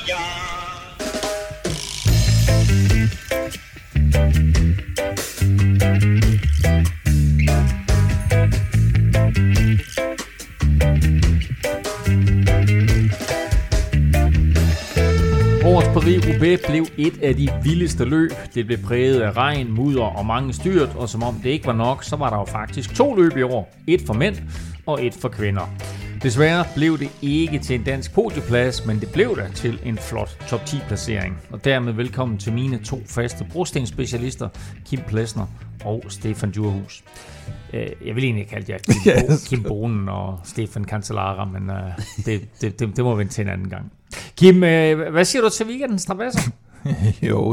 Årets Paris-Roubaix blev et af de vildeste løb. Det blev præget af regn, mudder og mange styrt, og som om det ikke var nok, så var der jo faktisk 2 løb i år. Et for mænd og et for kvinder. Desværre blev det ikke til en dansk podieplads, men det blev der til en flot top 10 placering. Og dermed velkommen til mine 2 faste brostenspecialister, Kim Plesner og Stefan Djurhus. Jeg vil egentlig kalde jer Kim Bonen og Stefan Cancellara, men det må vente til en anden gang. Kim, hvad siger du til weekendens strabasser? Jo,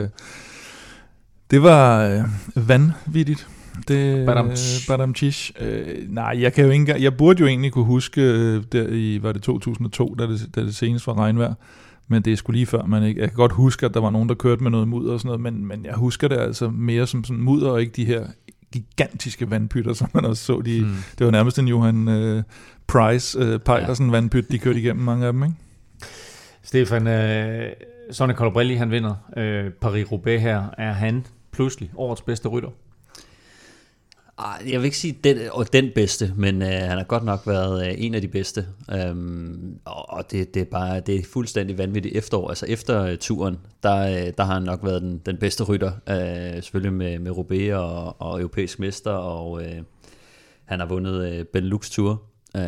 det var vanvittigt. Badam-chish. Nej, jeg kan jo ikke. Jeg burde jo egentlig kunne huske der i, var det 2002, da det senest var regnvejr, men det er sgu lige før man ikke. Jeg kan godt huske, at der var nogen, der kørte med noget mudder og sådan noget, men jeg husker det altså mere som sådan mudder og ikke de her gigantiske vandpytter, som man også så. Det var nærmest en Johan Price Pejlersen vandpyt, de kørte igennem mange af dem, ikke? Stefan, Sonny Colbrelli, han vinder Paris-Roubaix her. Er han pludselig årets bedste rytter? Jeg vil ikke sige den bedste, men han har godt nok været en af de bedste. Og det er fuldstændig vanvittigt efterår. Altså efter turen, der har han nok været den bedste rytter. Selvfølgelig med Roubaix og europæisk mester, og han har vundet Benelux Tour.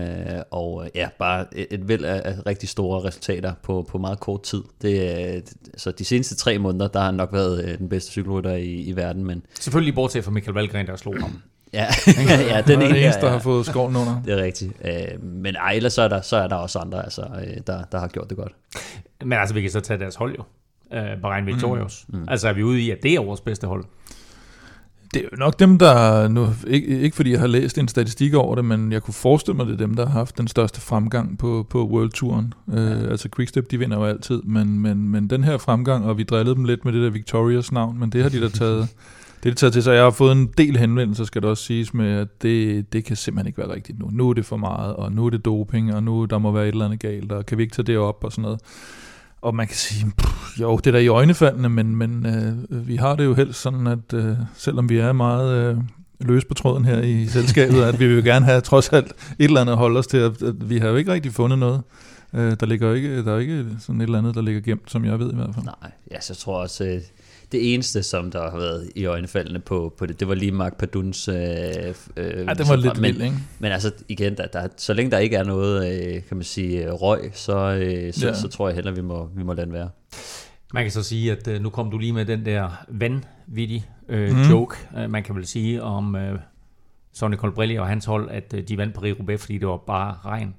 Bare et væld af rigtig store resultater på meget kort tid. Så de seneste 3 måneder, der har han nok været den bedste cykelrytter i verden. Men selvfølgelig bortset fra Michael Valgren, der slog ham. Ja, den eneste, der har fået skovlen under. Det er rigtigt. Men ellers så er der også andre, altså, der har gjort det godt. Men altså, vi kan så tage deres hold jo. Bahrain Victorious. Altså, er vi ude i, at det er vores bedste hold? Det er jo nok dem, der nu, ikke fordi jeg har læst en statistik over det, men jeg kunne forestille mig, det er dem, der har haft den største fremgang på World Touren. Altså Quickstep, de vinder jo altid, men den her fremgang, og vi drillede dem lidt med det der Victorious navn, men det har de da taget, til sig. Jeg har fået en del henvendelser, skal det også siges, med at det kan simpelthen ikke være rigtigt nu. Nu er det for meget, og nu er det doping, og nu der må være et eller andet galt, og kan vi ikke tage det op og sådan noget. Og man kan sige, jo, det er da i øjnefaldene, men vi har det jo helst sådan, at selvom vi er meget løs på tråden her i selskabet, at vi vil gerne have trods alt et eller andet at holde os til, at vi har jo ikke rigtig fundet noget. Der er ikke sådan et eller andet, der ligger gemt, som jeg ved i hvert fald. Nej, så jeg tror også, det eneste, som der har været i øjnefaldene på det var lige Marc Paduns... det var lidt vildt, ikke? Men altså igen, så længe der ikke er noget, kan man sige, røg, så tror jeg heller, vi må lade den være. Man kan så sige, at nu kom du lige med den der vanvittige joke, man kan vel sige om Sonny Colbrelli og hans hold, at de vandt Paris-Roubaix, fordi det var bare regn.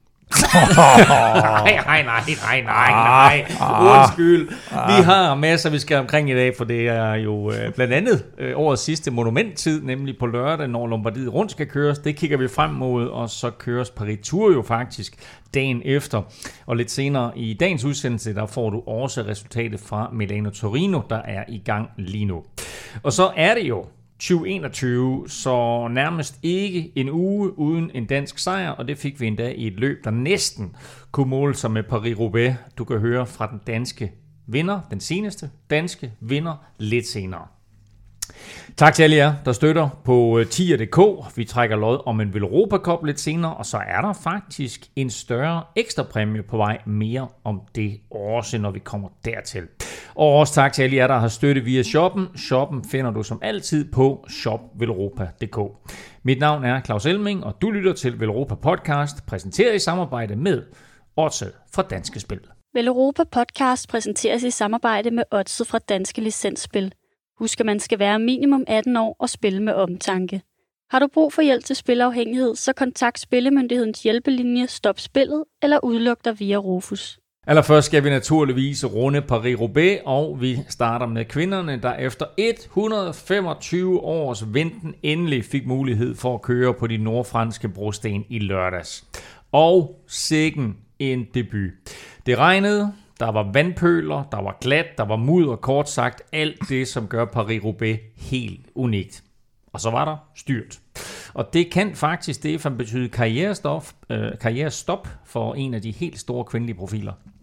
Nej. Undskyld. Vi har masser, vi skal omkring i dag, for det er jo blandt andet årets sidste monumenttid, nemlig på lørdag, når Lombardiet rundt skal køres. Det kigger vi frem mod, og så køres Paris Tour jo faktisk dagen efter. Og lidt senere i dagens udsendelse, der får du også resultatet fra Milano Torino, der er i gang lige nu. Og så er det jo 2021, så nærmest ikke en uge uden en dansk sejr, og det fik vi endda i et løb, der næsten kunne måle sig med Paris-Roubaix. Du kan høre fra den danske vinder, den seneste danske vinder, lidt senere. Tak til alle jer, der støtter på tier.dk. Vi trækker lod om en Veloropa Cup lidt senere, og så er der faktisk en større ekstra præmie på vej. Mere om det også, når vi kommer dertil. Og også tak til alle jer, der har støttet via shoppen. Shoppen finder du som altid på shopveloropa.dk. Mit navn er Claus Elming, og du lytter til Veloropa Podcast, præsenteret i samarbejde med Odset fra Danske Spil. Veloropa Podcast præsenteres i samarbejde med Odset fra Danske Licensspil. Husk, at man skal være minimum 18 år og spille med omtanke. Har du brug for hjælp til spilafhængighed, så kontakt Spillemyndighedens hjælpelinje Stop Spillet eller udluk dig via Rufus. Allerførst skal vi naturligvis runde Paris-Roubaix, og vi starter med kvinderne, der efter 125 års venten endelig fik mulighed for at køre på de nordfranske brosten i lørdags. Og sikken en debut. Det regnede, der var vandpøler, der var glat, der var mudder, kort sagt alt det, som gør Paris-Roubaix helt unikt. Og så var der styrt. Og det kan faktisk, Stefan, betyde karrierestop for en af de helt store kvindelige profiler.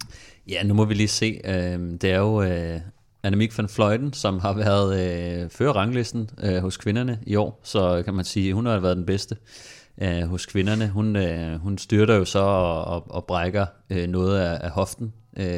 Ja, nu må vi lige se. Det er jo Annemiek van Vleuten, som har været fører ranglisten hos kvinderne i år, så kan man sige, hun har været den bedste hos kvinderne. Hun styrter jo så og brækker noget af hoften,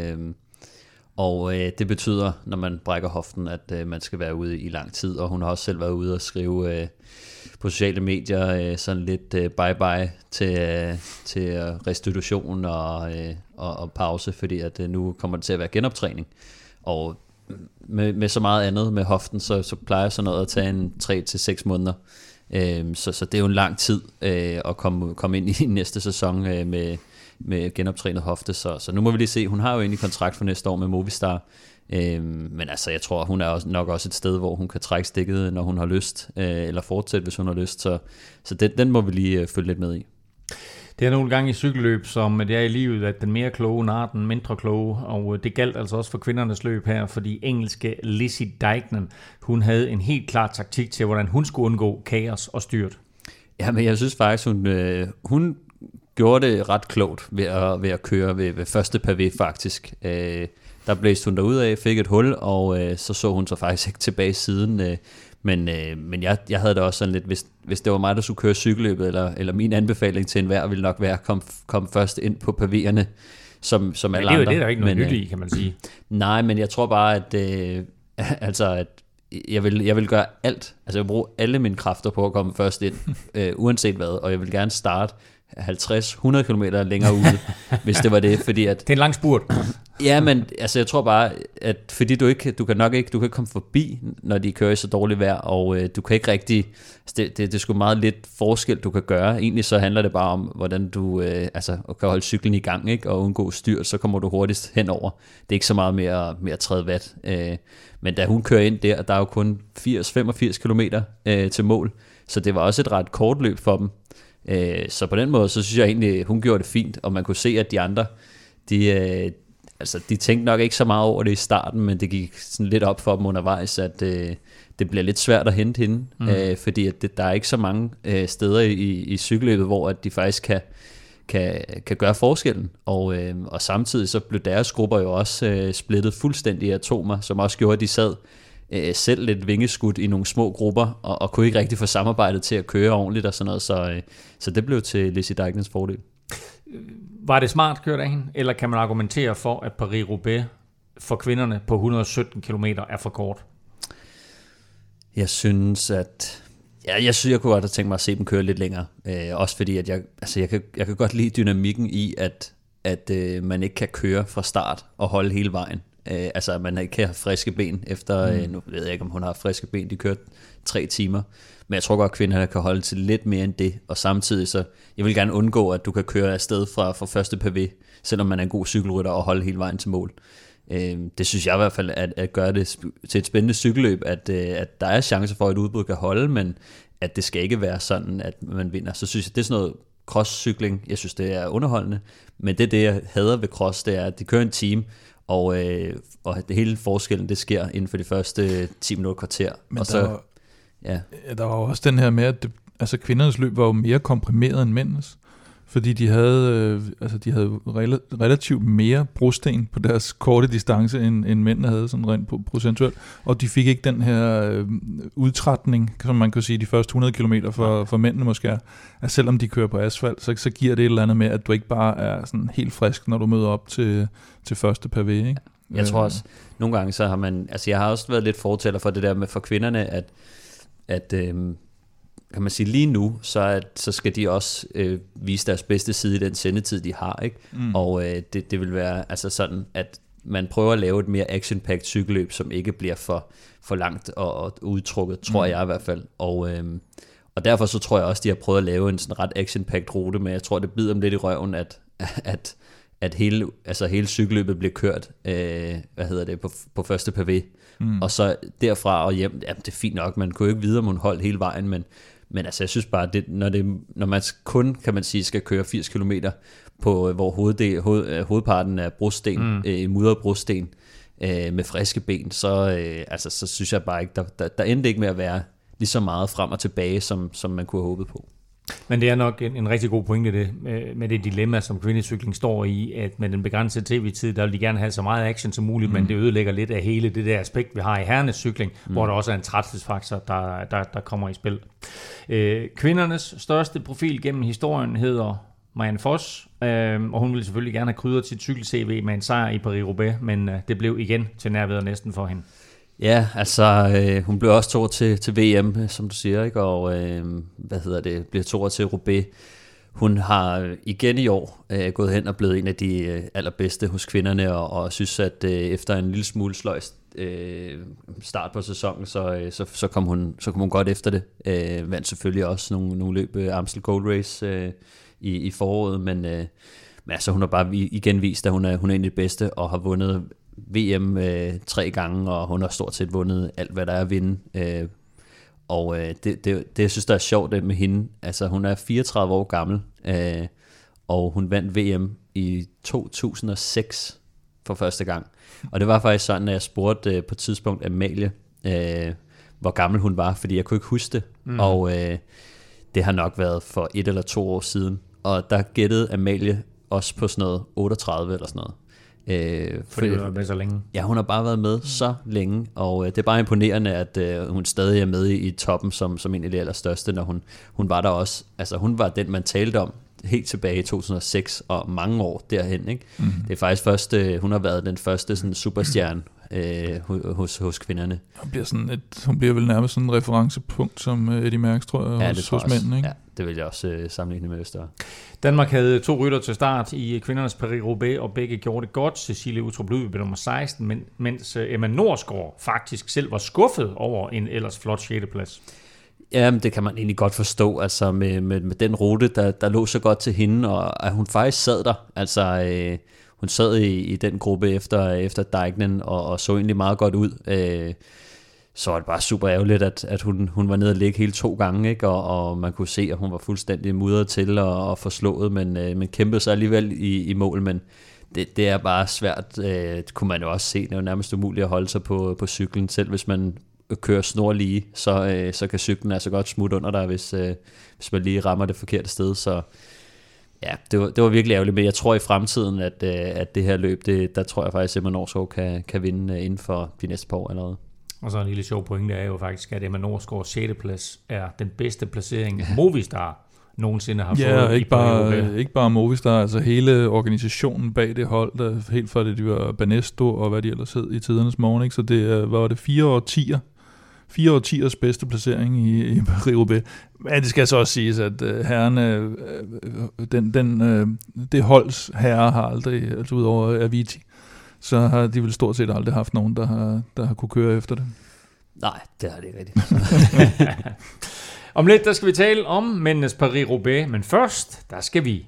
og det betyder, når man brækker hoften, at man skal være ude i lang tid, og hun har også selv været ude og skrive på sociale medier sådan lidt bye-bye til restitution og pause, fordi at nu kommer det til at være genoptræning. Og med så meget andet med hoften, så plejer sådan noget at tage en 3 til 6 måneder. Så det er jo en lang tid at komme ind i næste sæson med genoptrænet hofte. Så nu må vi lige se. Hun har jo egentlig kontrakt for næste år med Movistar. Men altså, jeg tror, hun er nok også et sted, hvor hun kan trække stikket, når hun har lyst, eller fortsætte, hvis hun har lyst. Så den må vi lige følge lidt med i. Det er nogle gange i cykelløb, som det er i livet, at den mere kloge nar den mindre kloge, og det galt altså også for kvindernes løb her, fordi engelske Lizzie Deignan, hun havde en helt klar taktik til, hvordan hun skulle undgå kaos og styrt. Ja, men jeg synes faktisk, hun gjorde det ret klogt ved at køre ved første pavé faktisk. Der blæste hun derudad, fik et hul, og så hun så faktisk ikke tilbage siden. Men jeg havde det også sådan lidt, hvis det var mig, der skulle køre cykelløbet, eller min anbefaling til enhver ville nok være at komme først ind på pavéerne, som alle andre. Det er der ikke noget nyt i, kan man sige. Nej, men jeg tror bare, at jeg vil gøre alt. Altså jeg vil bruge alle mine kræfter på at komme først ind, uanset hvad, og jeg vil gerne starte 50-100 km længere ude, hvis det var det, fordi at... Det er en lang spurt. Ja, men altså jeg tror bare, at fordi du kan ikke komme forbi, når de kører i så dårligt vejr, og du kan ikke rigtig... Altså det er sgu meget lidt forskel, du kan gøre. Egentlig så handler det bare om, hvordan du kan holde cyklen i gang, ikke, og undgå styrt, så kommer du hurtigst henover. Det er ikke så meget mere træde vat. Men da hun kører ind der er jo kun 80-85 kilometer til mål, så det var også et ret kort løb for dem. Så på den måde, så synes jeg egentlig, hun gjorde det fint, og man kunne se, at de andre, de tænkte nok ikke så meget over det i starten, men det gik sådan lidt op for dem undervejs, at det bliver lidt svært at hente hende, fordi at der er ikke så mange steder i cykelløbet, hvor at de faktisk kan gøre forskellen, og samtidig så blev deres grupper jo også splittet fuldstændig i atomer, som også gjorde, at de sad selv lidt vingeskudt i nogle små grupper, og kunne ikke rigtig få samarbejdet til at køre ordentligt og sådan noget, så det blev til Lizzie Deignans fordel. Var det smart kørt af hende, eller kan man argumentere for, at Paris-Roubaix for kvinderne på 117 km er for kort? Jeg synes, at... Jeg kunne godt have tænkt mig at se dem køre lidt længere. Også fordi, at jeg kan godt lide dynamikken i, at man ikke kan køre fra start og holde hele vejen. Altså, at man ikke kan have friske ben efter... Nu ved jeg ikke, om hun har friske ben. De kørte 3 timer. Men jeg tror godt, at kvinderne kan holde til lidt mere end det. Og samtidig så... Jeg vil gerne undgå, at du kan køre afsted fra første pavé, selvom man er en god cykelrytter, og holde hele vejen til mål. Det synes jeg i hvert fald, at gøre det til et spændende cykelløb, at der er chancer for, at et udbrud kan holde, men at det skal ikke være sådan, at man vinder. Så synes jeg, det er sådan noget cross-cykling. Jeg synes, det er underholdende. Men det jeg hader ved cross, det er, at de kører en team, og det hele forskellen, det sker inden for de første 10 minutter kvarter. Men og der var også den her med, at kvindernes løb var jo mere komprimeret end mændenes. Fordi de havde relativt mere brosten på deres korte distance, end mændene havde, sådan rent procentuelt. Og de fik ikke den her udtrætning, som man kan sige, de første 100 kilometer for mændene måske er. At selvom de kører på asfalt, så giver det et eller andet med, at du ikke bare er sådan helt frisk, når du møder op til første pavé, ikke? Jeg tror også, nogle gange så har man... Altså jeg har også været lidt fortæller for det der med for kvinderne, at kan man sige lige nu, så skal de også vise deres bedste side i den sendetid, de har, ikke? Og det vil være altså sådan, at man prøver at lave et mere action-packed cykelløb, som ikke bliver for langt og udtrukket, tror jeg i hvert fald. Og derfor så tror jeg også, de har prøvet at lave en sådan ret action-packed rute, men jeg tror, det bider dem lidt i røven, at hele cykelløbet bliver kørt på første pavé. Og så derfra og hjem, det er fint nok, man kunne jo ikke vide, om hun holdt hele vejen, men altså jeg synes bare, når man kun, kan man sige, skal køre 80 km på, hvor hovedparten er brosten, mudret brosten, med friske ben, så synes jeg bare ikke, der endte ikke med at være lige så meget frem og tilbage, som man kunne have håbet på. Men det er nok en rigtig god pointe det, med det dilemma, som kvindecykling står i, at med den begrænsede tv-tid, der vil de gerne have så meget action som muligt, men det ødelægger lidt af hele det der aspekt, vi har i herrenes cykling, hvor der også er en træthedsfaktor, der kommer i spil. Kvindernes største profil gennem historien hedder Marianne Vos, og hun ville selvfølgelig gerne have krydret sit cykel-CV med en sejr i Paris-Roubaix, men det blev igen til nærved næsten for hende. Ja, altså hun blev også toer til VM, som du siger, ikke? Og bliver toer til Roubaix. Hun har igen i år gået hen og blevet en af de allerbedste hos kvinderne, og synes, at efter en lille smule sløjst start på sæsonen, så kom hun godt efter det. Vandt selvfølgelig også nogle løb Amstel Gold Race i foråret, men altså, hun har bare igen vist, at hun er en af de bedste, og har vundet VM 3 gange, og hun har stort set vundet alt, hvad der er at vinde. Og det jeg synes, der er sjovt med hende, altså hun er 34 år gammel, og hun vandt VM i 2006 for første gang. Og det var faktisk sådan, at jeg spurgte på et tidspunkt Amalie, hvor gammel hun var, fordi jeg kunne ikke huske det. Og det har nok været for 1 eller 2 år siden. Og der gættede Amalie også på sådan noget 38 eller sådan noget. Fordi hun har været med så længe. Ja, hun har bare været med så længe, og det er bare imponerende, at hun stadig er med i toppen som en af de allerstørste, når hun var der også. Altså hun var den, man talte om helt tilbage i 2006 og mange år derhen, ikke? Det er faktisk først, hun har været den første sådan superstjerne hos kvinderne. Hun bliver vel nærmest sådan en referencepunkt som Eddie Merckx, tror jeg, hos mændene, ikke? Ja, det vil jeg også sammenligne med Øster. Danmark havde 2 rytter til start i kvindernes Paris-Roubaix, og begge gjorde det godt. Cecilie Uttrup Ludvig blev nummer 16, mens Emma Norsgaard faktisk selv var skuffet over en ellers flot 6. plads. Jamen, det kan man egentlig godt forstå, altså med den rute, der lå så godt til hende, og at hun faktisk sad der. Altså, hun sad i den gruppe efter Dijknen, og så egentlig meget godt ud. Så var det bare super ærgerligt, at hun var nede og ligge hele 2 gange, ikke? Og man kunne se, at hun var fuldstændig mudret til at få slået, men kæmpede sig alligevel i mål. Men det er bare svært, kunne man jo også se. Det er jo nærmest umuligt at holde sig på cyklen, selv hvis man kører snorlige, så kan cyklen altså godt smutte under dig, hvis man lige rammer det forkerte sted. Så ja, det var virkelig ærgerligt, men jeg tror i fremtiden, at det her løb, der tror jeg faktisk, at Emma Norsgaard kan vinde inden for de næste par år allerede. Og så en lille sjov pointe er jo faktisk, at Emma Norsgaards 6. plads er den bedste placering, Movistar nogensinde har fået. Ja, ikke bare Movistar, altså hele organisationen bag det hold, der helt fra det, de var Banesto og hvad de ellers hed i tidernes morgen, ikke? Så det var det 4 årtiers bedste placering i Paris-Roubaix. Men det skal så også siges, at herrene, det holds herre har aldrig, altså udover Avicii, så har de vel stort set aldrig haft nogen, der har kunne køre efter det. Nej, det har det ikke rigtigt. Om lidt, der skal vi tale om mændenes Paris-Roubaix, men først, der skal vi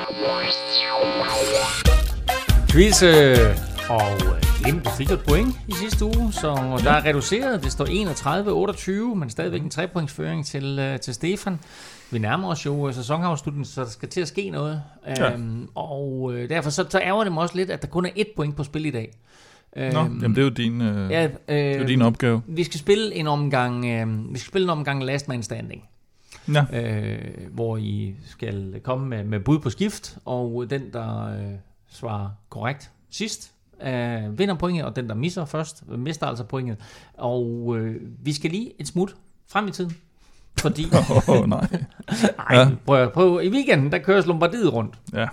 quizze, og Glimt fik et point i sidste uge, så der er reduceret. Det står 31-28, men stadigvæk en 3-pointsføring til Stefan. Vi nærmer os jo sæsonafslutningen, så der skal til at ske noget. Ja. Og derfor så ærger det mig også lidt, at der kun er 1 point på spil i dag. Jamen det er jo din opgave. Vi skal spille en omgang Last Man Standing. Ja. Hvor I skal komme med bud på skift, og den der svarer korrekt sidst vinder pointet, og den der misser først mister altså pointet. Og vi skal lige et smut frem i tiden, fordi prøv. I weekenden der køres Lombardiet rundt. Ja.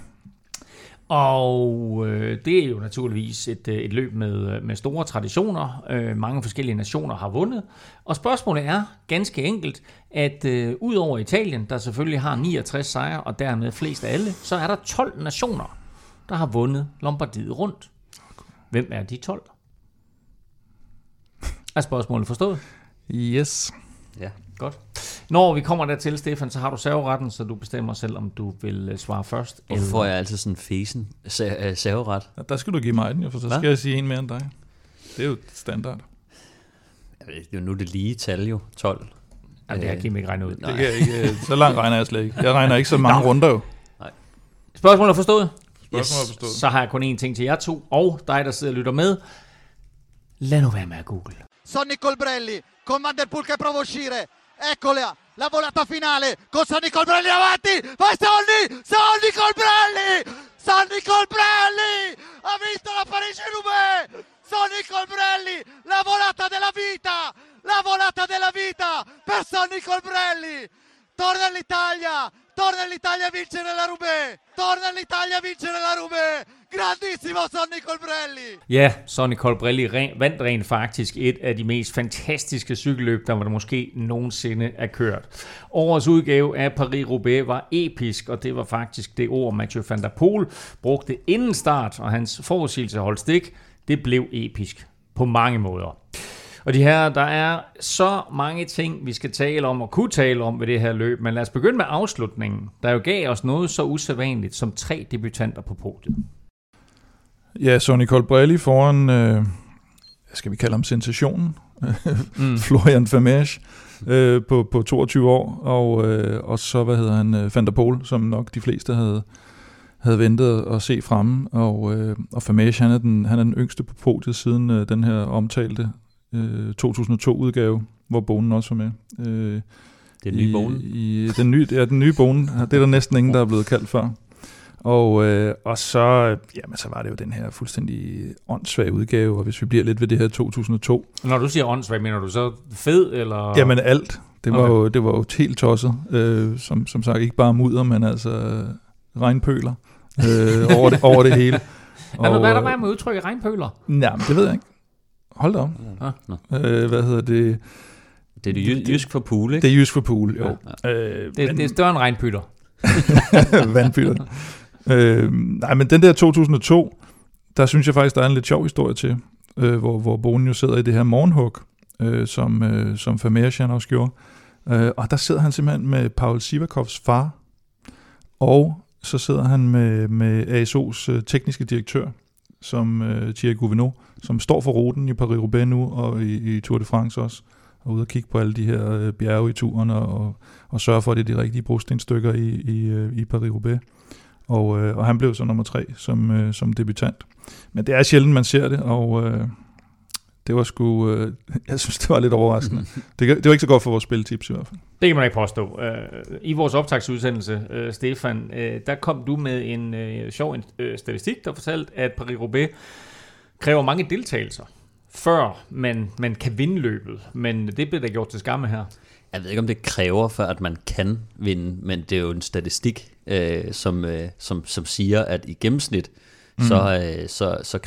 Og det er jo naturligvis et løb med store traditioner. Mange forskellige nationer har vundet. Og spørgsmålet er ganske enkelt, at ud over Italien, der selvfølgelig har 69 sejre, og dermed flest af alle, så er der 12 nationer, der har vundet Lombardiet rundt. Hvem er de 12? Er spørgsmålet forstået? Yes. Ja. Godt. Når vi kommer dertil, Stefan, så har du serveretten, så du bestemmer selv, om du vil svare først. Hvorfor får jeg altid sådan en fesen serveret? Ja, der skal du give mig den, for så skal jeg sige en mere end dig. Det er jo standard. Det er jo nu det lige tal jo, 12. Jamen, det her kan ikke regne ud. Det kan jeg ikke, så langt regner jeg slet ikke. Jeg regner ikke så mange runder jo. Nej. Spørgsmålet er forstået? Yes. Så har jeg kun én ting til jer to, og dig, der sidder og lytter med. Lad nu være med at google. Sonny Colbrelli con Van der Poel che prova a uscire. eccola, la volata finale con Sonny Colbrelli avanti, vai Sonny Colbrelli, Sonny Colbrelli, ha vinto la Parigi-Roubaix, Sonny Colbrelli, la volata della vita per Sonny Colbrelli, torna all'Italia a vincere la Roubaix, grandissimo Sonny Colbrelli. Ja, Sonny Colbrelli vandt rent faktisk et af de mest fantastiske cykelløb, der måske nogensinde er kørt. Årets udgave af Paris-Roubaix var episk, og det var faktisk det ord, Mathieu van der Poel brugte inden start, og hans forudsigelse holdt stik. Det blev episk på mange måder. Og de her, der er så mange ting, vi skal tale om og kunne tale om ved det her løb, men lad os begynde med afslutningen, der jo gav os noget så usædvanligt som 3 debutanter på podiet. Ja, Sonny Colbrelli foran, skal vi kalde ham sensationen, Florian Vermeersch på 22 år, og så, Van der Poel, som nok de fleste havde ventet at se fremme, og Vermeersch, han er den yngste på podiet siden den her omtalte 2002-udgave, hvor Bonen også var med. Det er nye Bonen? Den nye Bonen. Det er der næsten ingen, der er blevet kaldt før. Og så var det jo den her fuldstændig åndssvag udgave, og hvis vi bliver lidt ved det her 2002. Når du siger åndssvag, mener du så fed, eller? Jamen alt. Det var jo helt tosset. Som sagt, ikke bare mudder, men altså regnpøler over det hele. Hvad er der med udtrykket regnpøler? Jamen, det ved jeg ikke. Hold da om. Hvad hedder det? Det er jysk for pool, ikke? Det er jysk for pool, jo. Ja. Det er større end regnpytter. Vandpytter. Nej, men den der 2002, der synes jeg faktisk, der er en lidt sjov historie til, hvor Bonen jo sidder i det her morgenhug, som Vermeersch også gjorde. Og der sidder han simpelthen med Paul Sivakovs far, og så sidder han med ASO's tekniske direktør, som Thierry Gouvenou, som står for ruten i Paris-Roubaix nu, og i Tour de France også, og ude og kigge på alle de her bjerge i turen, og sørge for, at det er de rigtige brostenstykker i Paris-Roubaix. Og han blev så nummer 3 som debutant. Men det er sjældent, man ser det, og det var sgu... jeg synes, det var lidt overraskende. Det var ikke så godt for vores spilletips i hvert fald. Det kan man ikke påstå. I vores optagsudsendelse, Stefan, der kom du med en sjov statistik, der fortalte, at Paris-Roubaix kræver mange deltagelser, før man kan vinde løbet. Men det bliver der gjort til skamme her. Jeg ved ikke, om det kræver, for at man kan vinde, men det er jo en statistik, som siger, at i gennemsnit, så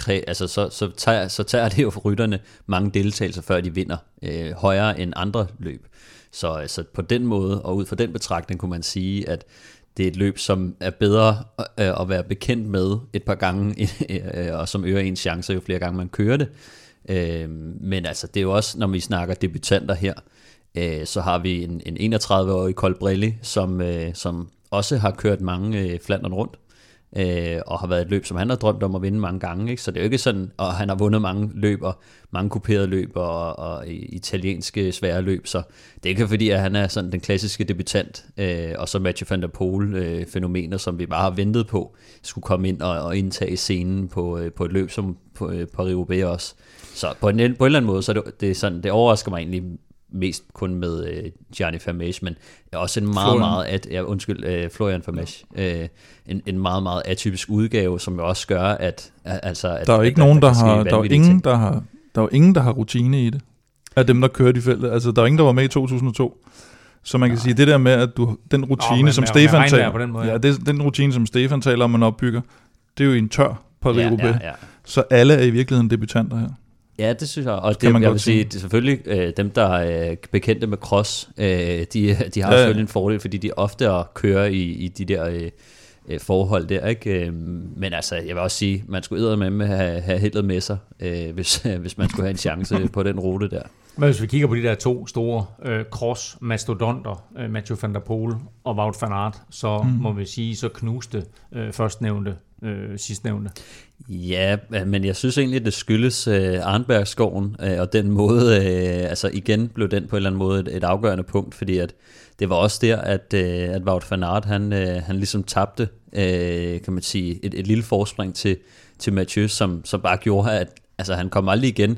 tager det jo for rytterne mange deltagelser, før de vinder højere end andre løb. Så på den måde, og ud fra den betragtning, kunne man sige, at det er et løb, som er bedre at være bekendt med et par gange, og som øger ens chancer, jo flere gange man kører det. Men altså, det er jo også, når vi snakker debutanter her, så har vi en 31-årig Colbrelli, som også har kørt mange Flandern rundt, og har været et løb, som han har drømt om at vinde mange gange, ikke? Så det er jo ikke sådan, og han har vundet mange løb, og mange kuperede løb, og italienske svære løb, så det er ikke fordi, at han er sådan den klassiske debutant, og så Mathieu van der Poel fænomener, som vi bare har ventet på, skulle komme ind og indtage scenen på et løb som på Paris-Roubaix også. Så på en eller anden måde, så det er sådan, det overrasker mig egentlig mest kun med Gianni Vermeersch, men også en Florian Vermeersch, en meget, meget atypisk udgave, som jo også gør, at der er ikke nogen, der er ingen, der har rutine i det, af dem, der kører de feltet. Altså, der er ingen, der var med i 2002. Så man kan sige, det der med, at den rutine, som Stefan taler, den rutine, som Stefan taler om, man opbygger, det er jo en tør Paris-Roubaix. Ja. Så alle er i virkeligheden debutanter her. Ja, det synes jeg. Og det, jeg vil sige, det er selvfølgelig dem, der er bekendte med cross, de har selvfølgelig en fordel, fordi de ofte kører i de der forhold der, ikke? Men altså, jeg vil også sige, man skulle eddermame have heldet med sig, hvis man skulle have en chance på den rute der. Men hvis vi kigger på de der 2 store cross-mastodonter, Mathieu van der Poel og Wout van Aert, så må vi sige, så knuste førstnævnte sidstnævnte. Ja, men jeg synes egentlig, det skyldes Arnbergskoven, og den måde, altså igen blev den på en eller anden måde et afgørende punkt, fordi at det var også der, at Wout van Aert, han ligesom tabte, kan man sige, et lille forspring til Mathieu, som bare gjorde, at altså, han kom aldrig igen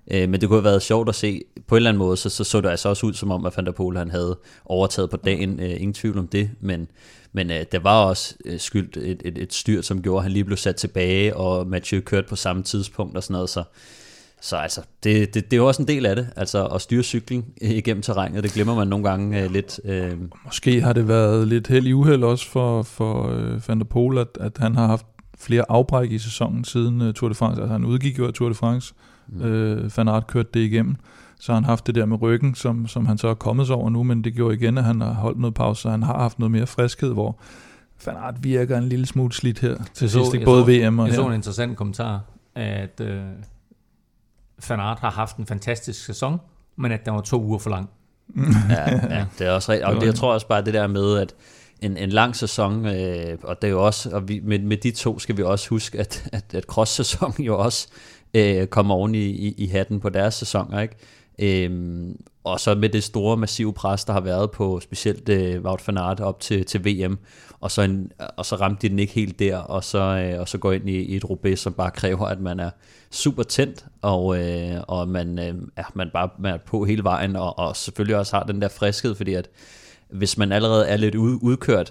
Men det kunne have været sjovt at se. På en eller anden måde, så det altså også ud som om, at Van der Poel han havde overtaget på dagen. Ingen tvivl om det, men der var også skyldt et styrt, som gjorde, at han lige blev sat tilbage, og Mathieu kørte på samme tidspunkt og sådan noget, så altså, det er jo også en del af det, altså at styre cyklen igennem terrænet, det glemmer man nogle gange lidt. Måske har det været lidt held i uheld også for Van der Poel, at han har haft flere afbræk i sæsonen siden Tour de France, altså han udgik jo af Tour de France, Van Aert kørte det igennem, så har han haft det der med ryggen, som han så er kommet sig over nu, men det gjorde igen, at han har holdt noget pause, så han har haft noget mere friskhed, hvor Van Aert virker en lille smule slidt her til sidst, både VM og her. Jeg så en interessant kommentar, at Van Aert har haft en fantastisk sæson, men at der var 2 uger for lang. Ja, det er også rigtigt. Og det, jeg tror også bare det der med, at en lang sæson, og det er jo også, og med de 2 skal vi også huske, at cross-sæsonen jo også kommer oven i hatten på deres sæsoner, ikke? Og så med det store, massive pres, der har været på specielt Wout van Aert op til VM, og så ramte de den ikke helt der, og så går ind i et Roubaix, som bare kræver, at man er super tændt, og man er på hele vejen, og selvfølgelig også har den der friskhed, fordi at hvis man allerede er lidt udkørt,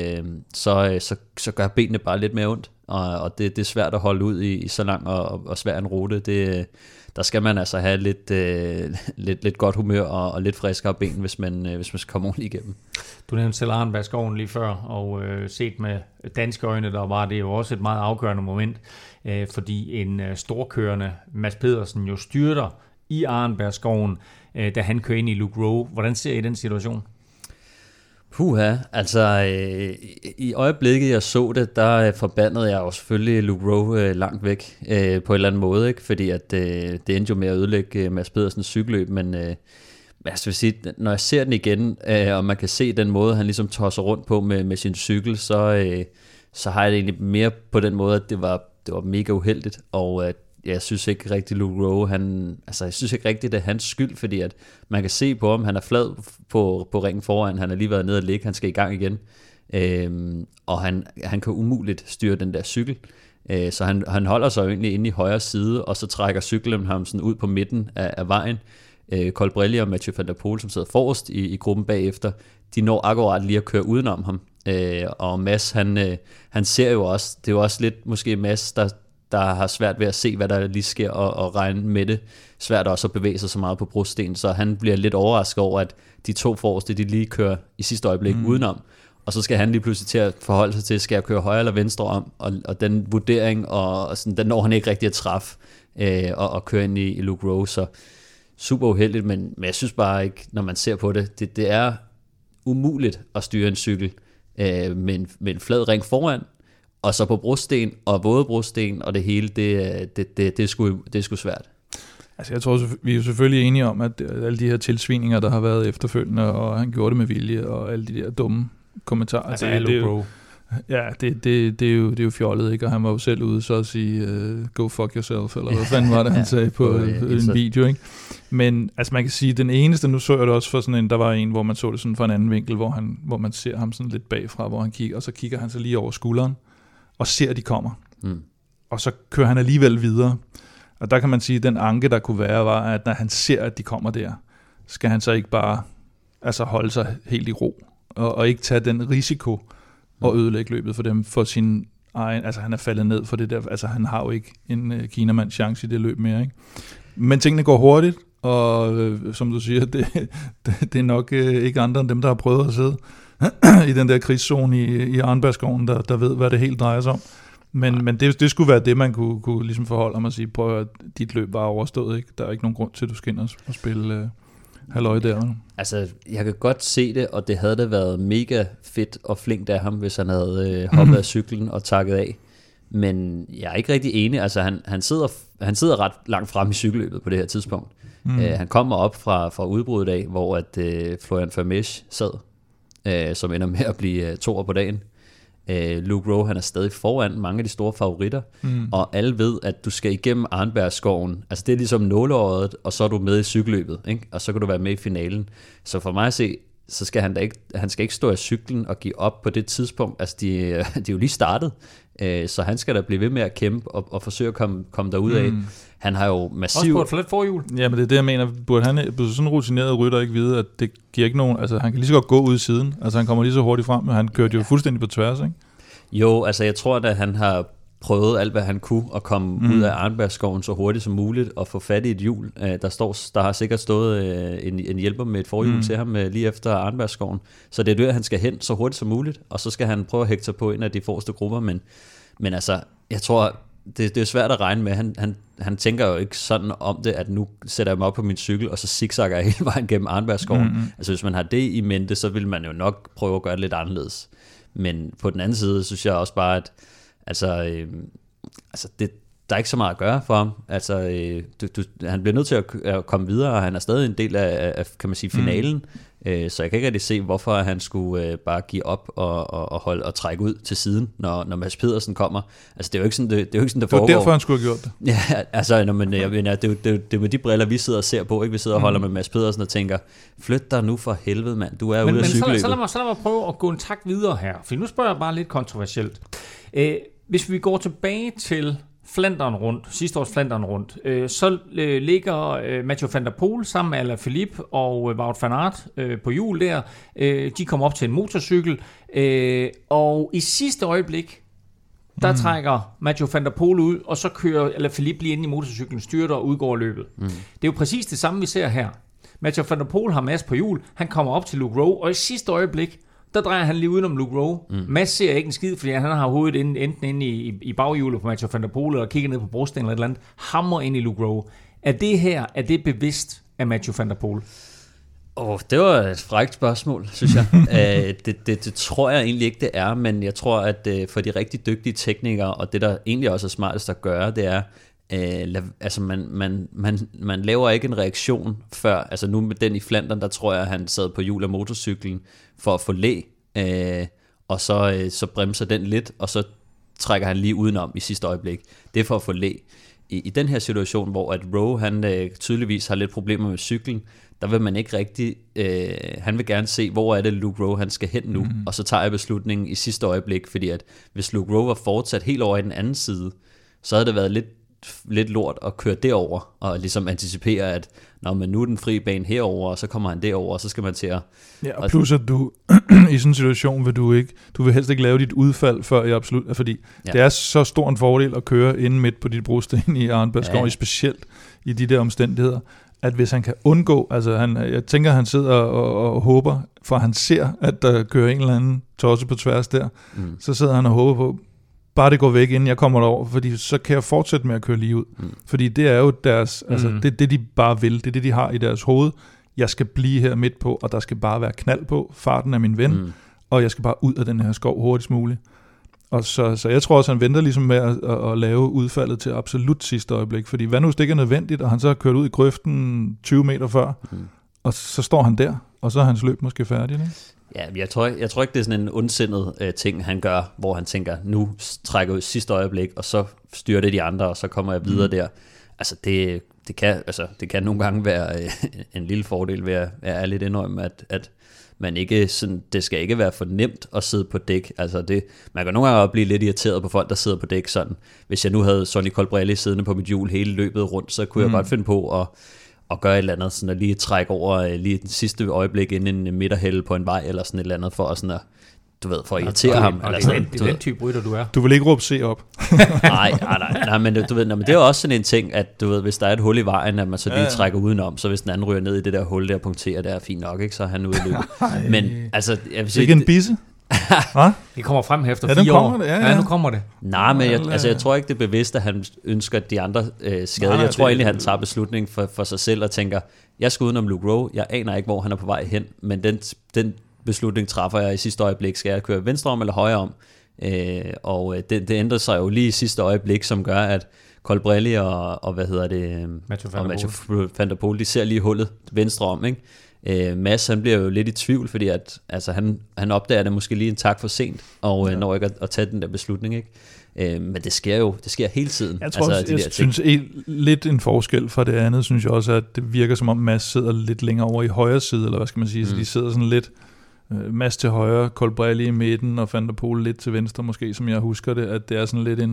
så gør benene bare lidt mere ondt, og det er svært at holde ud i så lang og svær en rute. Der skal man altså have lidt godt humør og lidt friskere ben, hvis man skal komme ordentligt igennem. Du nævnte selv Arnbergskoven lige før, og set med danske øjne, der var det jo også et meget afgørende moment, fordi en storkørende Mads Pedersen jo styrter i Arnbergskoven, da han kører ind i Luke Rowe. Hvordan ser I den situation? Puha, altså i øjeblikket jeg så det, der forbandede jeg jo selvfølgelig Luke Rowe langt væk på en eller anden måde, ikke? Fordi at det endte jo med at ødelægge Mads Pedersens cykelløb, men jeg vil sige, når jeg ser den igen, og man kan se den måde, han ligesom tosser rundt på med sin cykel, så har jeg det egentlig mere på den måde, at det var mega uheldigt, og jeg synes ikke rigtig Luke Rowe, jeg synes ikke rigtig, det er hans skyld, fordi at man kan se på ham, han er flad på ringen foran, han har lige været nede og ligge, han skal i gang igen, og han kan umuligt styre den der cykel, så han holder sig egentlig inde i højre side, og så trækker cyklen ham sådan ud på midten af vejen. Colbrelli og Mathieu van der Poel, som sidder forrest i gruppen bagefter, de når akkurat lige at køre udenom ham, og Mads, han ser jo også, det er jo også lidt måske Mads, der har svært ved at se, hvad der lige sker, og regne med det. Svært også at bevæge sig så meget på brosten, så han bliver lidt overrasket over, at de 2 forreste, de lige kører i sidste øjeblik udenom, og så skal han lige pludselig til at forholde sig til, skal jeg køre højre eller venstre om, og den vurdering, og sådan, den når han ikke rigtig at træffe, og køre ind i Luke Rowe, så super uheldigt, men jeg synes bare ikke, når man ser på det, det er umuligt at styre en cykel med en flad ring foran, og så på brosten og våde brosten og det hele, det er sgu svært. Altså jeg tror, vi er jo selvfølgelig enige om, at alle de her tilsvininger, der har været efterfølgende, og han gjorde det med vilje, og alle de der dumme kommentarer. Altså det er ja, det er jo fjollet, ikke? Og han var jo selv ude så at sige, go fuck yourself, eller hvad fanden var det, han sagde på en video, ikke? Men altså man kan sige, den eneste, nu så jeg det også for sådan en, der var en, hvor man så det sådan fra en anden vinkel, hvor man ser ham sådan lidt bagfra, hvor han kigger, og så kigger han så lige over skulderen, og ser, at de kommer. Og så kører han alligevel videre. Og der kan man sige, at den anke, der kunne være, var, at når han ser, at de kommer der, skal han så ikke bare holde sig helt i ro, og ikke tage den risiko og ødelægge løbet for dem, for sin egen, altså han er faldet ned for det der, altså han har jo ikke en kinamands chance i det løb mere, ikke? Men tingene går hurtigt, og som du siger, det er nok ikke andre end dem, der har prøvet at sidde i den der krigszone i Arnbergskoven, der ved, hvad det helt drejer sig om. Men det skulle være det, man kunne ligesom forholde om at sige, prøv at dit løb var overstået, ikke? Der er ikke nogen grund til, at du skal ind og spille halløj der. Altså, jeg kan godt se det, og det havde da været mega fedt og flinkt af ham, hvis han havde hoppet af cyklen og takket af. Men jeg er ikke rigtig enig. Altså, han sidder ret langt frem i cykelløbet på det her tidspunkt. Han kommer op fra udbruddet af, hvor at Florian Vermeersch sad, som ender med at blive toer på dagen. Luke Rowe, han er stadig foran mange af de store favoritter, og alle ved, at du skal igennem Arnbergskoven. Altså det er ligesom nåleøjet, og så er du med i cykelløbet, ikke? Og så kan du være med i finalen. Så for mig at se, så skal han skal ikke stå af cyklen og give op på det tidspunkt. Altså de er jo lige startet. Så han skal da blive ved med at kæmpe og forsøge at komme derud af. Han har jo massivt... Også på et flat forhjul. Ja, men det er det, jeg mener. Burde sådan en rutineret rytter ikke vide, at det giver ikke nogen... Altså, han kan lige så godt gå ud i siden. Altså, han kommer lige så hurtigt frem, men han kørte jo fuldstændig på tværs, ikke? Jo, altså jeg tror, at han har prøvet alt, hvad han kunne, at komme ud af Arnbergskoven så hurtigt som muligt, og få fat i et hjul. Der har sikkert stået en hjælper med et forhjul til ham lige efter Arnbergskoven. Så det er det, han skal hen så hurtigt som muligt, og så skal han prøve at hægte sig på en af de forreste grupper. Men altså, jeg tror, det er svært at regne med. Han tænker jo ikke sådan om det, at nu sætter jeg mig op på min cykel, og så zigzagger jeg hele vejen gennem Arnbergskoven. Altså hvis man har det i mente, så vil man jo nok prøve at gøre det lidt anderledes. Men på den anden side, synes jeg også bare, at der er ikke så meget at gøre for ham. Altså, han bliver nødt til at komme videre, og han er stadig en del af kan man sige, finalen. Så jeg kan ikke rigtig se, hvorfor han skulle bare give op og trække ud til siden, når Mads Pedersen kommer. Altså, det er jo ikke sådan, det foregår. Det var derfor, han skulle have gjort det. Ja, altså, det er med de briller, vi sidder og ser på. Ikke? Vi sidder og holder med Mads Pedersen og tænker, flyt dig nu for helvede, mand. Du er ude af cykelløbet. Så lad mig prøve at gå en tak videre her. For nu spørger jeg bare lidt kontroversielt. Hvis vi går tilbage til Flandern rundt, sidste års Flandern rundt, så ligger Mathieu van der Poel sammen med Alaphilippe og Wout van Aert på hjul der. De kommer op til en motorcykel, og i sidste øjeblik, der trækker Mathieu van der Poel ud, og så kører Alaphilippe lige ind i motorcyklen, styrter og udgår løbet. Det er jo præcis det samme, vi ser her. Mathieu van der Poel har Mads på hjul, han kommer op til Luke Rowe, og i sidste øjeblik, der drejer han lige udenom Luke Rowe. Mads ser ikke en skid, fordi han har hovedet enten inde i baghjulet på Mathieu van der Poel, eller kigger ned på brosten eller et eller andet, hammer ind i Luke Rowe. Er det bevidst af Mathieu van der Poel? Det var et frækt spørgsmål, synes jeg. Det tror jeg egentlig ikke, det er, men jeg tror, at for de rigtig dygtige teknikere, og det der egentlig også er smartest at gøre, det er, altså man laver ikke en reaktion før, altså nu med den i Flandern, der tror jeg, at han sad på hjul af motorcyklen for at få læ, og så bremser den lidt, og så trækker han lige udenom i sidste øjeblik. Det er for at få læ. I den her situation, hvor at Rowe, han tydeligvis har lidt problemer med cyklen, der vil man ikke rigtig, han vil gerne se, hvor er det Luke Rowe, han skal hen nu, og så tager jeg beslutningen i sidste øjeblik, fordi at hvis Luke Rowe var fortsat helt over i den anden side, så havde det været lidt lort at køre derover og ligesom anticipere, at når man nu er den frie bane herover, og så kommer han derover, og så skal man til at... Ja, og plus at du i sådan en situation du vil helst ikke lave dit udfald før i absolut, fordi det er så stor en fordel at køre inde midt på dit brosten i Arnbergskov, specielt i de der omstændigheder, at hvis han kan undgå, altså jeg tænker, han sidder og håber, for han ser, at der kører en eller anden tosse på tværs der, så sidder han og håber på, bare det går væk, inden jeg kommer derover, fordi så kan jeg fortsætte med at køre lige ud. Fordi det er jo deres, altså det de bare vil, det er det, de har i deres hoved. Jeg skal blive her midt på, og der skal bare være knald på, farten er min ven, og jeg skal bare ud af den her skov hurtigst muligt. Og så jeg tror også, han venter ligesom med at lave udfaldet til absolut sidste øjeblik, fordi hvad nu, hvis det ikke er nødvendigt, og han så har kørt ud i grøften 20 meter før, og så står han der, og så er hans løb måske færdig, ikke? Ja, jeg tror ikke, det er sådan en ondsindet ting, han gør, hvor han tænker, nu trækker jeg ud sidste øjeblik, og så styrer det de andre, og så kommer jeg videre der. Altså, det kan nogle gange være en lille fordel ved at være ærligt indrømme, at man ikke sådan, det skal ikke være for nemt at sidde på dæk. Altså man kan nogle gange blive lidt irriteret på folk, der sidder på dæk sådan. Hvis jeg nu havde Sonny Colbrelli siddende på mit hjul hele løbet rundt, så kunne jeg godt finde på at gøre et eller andet, sådan at lige trække over lige den sidste øjeblik inden en midterhælde på en vej, eller sådan et eller andet, for at sådan at, du ved, for at irritere ham. Eller sådan, det er den type rytter, du er. Du vil ikke råbe se op. nej, men du ved, men det er også sådan en ting, at du ved, hvis der er et hul i vejen, at man så lige trækker udenom, så hvis den anden ryger ned i det der hul der punkterer, det er fint nok, ikke? Så er han ude i løbet. Men altså, jeg vil sige, ikke en bisse? Det kommer frem her efter 4 år. Ja, nu kommer det. Nej, men jeg tror ikke, det er bevidst, at han ønsker, at de andre skader. Jeg tror egentlig, han tager beslutning for sig selv og tænker, jeg skal udenom Luke Rowe, jeg aner ikke, hvor han er på vej hen, men den beslutning træffer jeg i sidste øjeblik. Skal jeg køre venstre om eller højre om? Og det ændrer sig jo lige i sidste øjeblik, som gør, at Colbrelli og Mathieu van der Poel, de ser lige hullet venstre om, ikke? Mads, han bliver jo lidt i tvivl, fordi at, altså, han opdager det måske lige en tak for sent, og når ikke at tage den der beslutning, ikke? Men det sker hele tiden. Jeg tror også, jeg synes lidt en forskel fra det andet, synes jeg også, at det virker som om Mads sidder lidt længere over i højre side, eller hvad skal man sige, så de sidder sådan lidt Mads til højre, Colbrelli i midten og Van der Poel lidt til venstre måske, som jeg husker det, at det er sådan lidt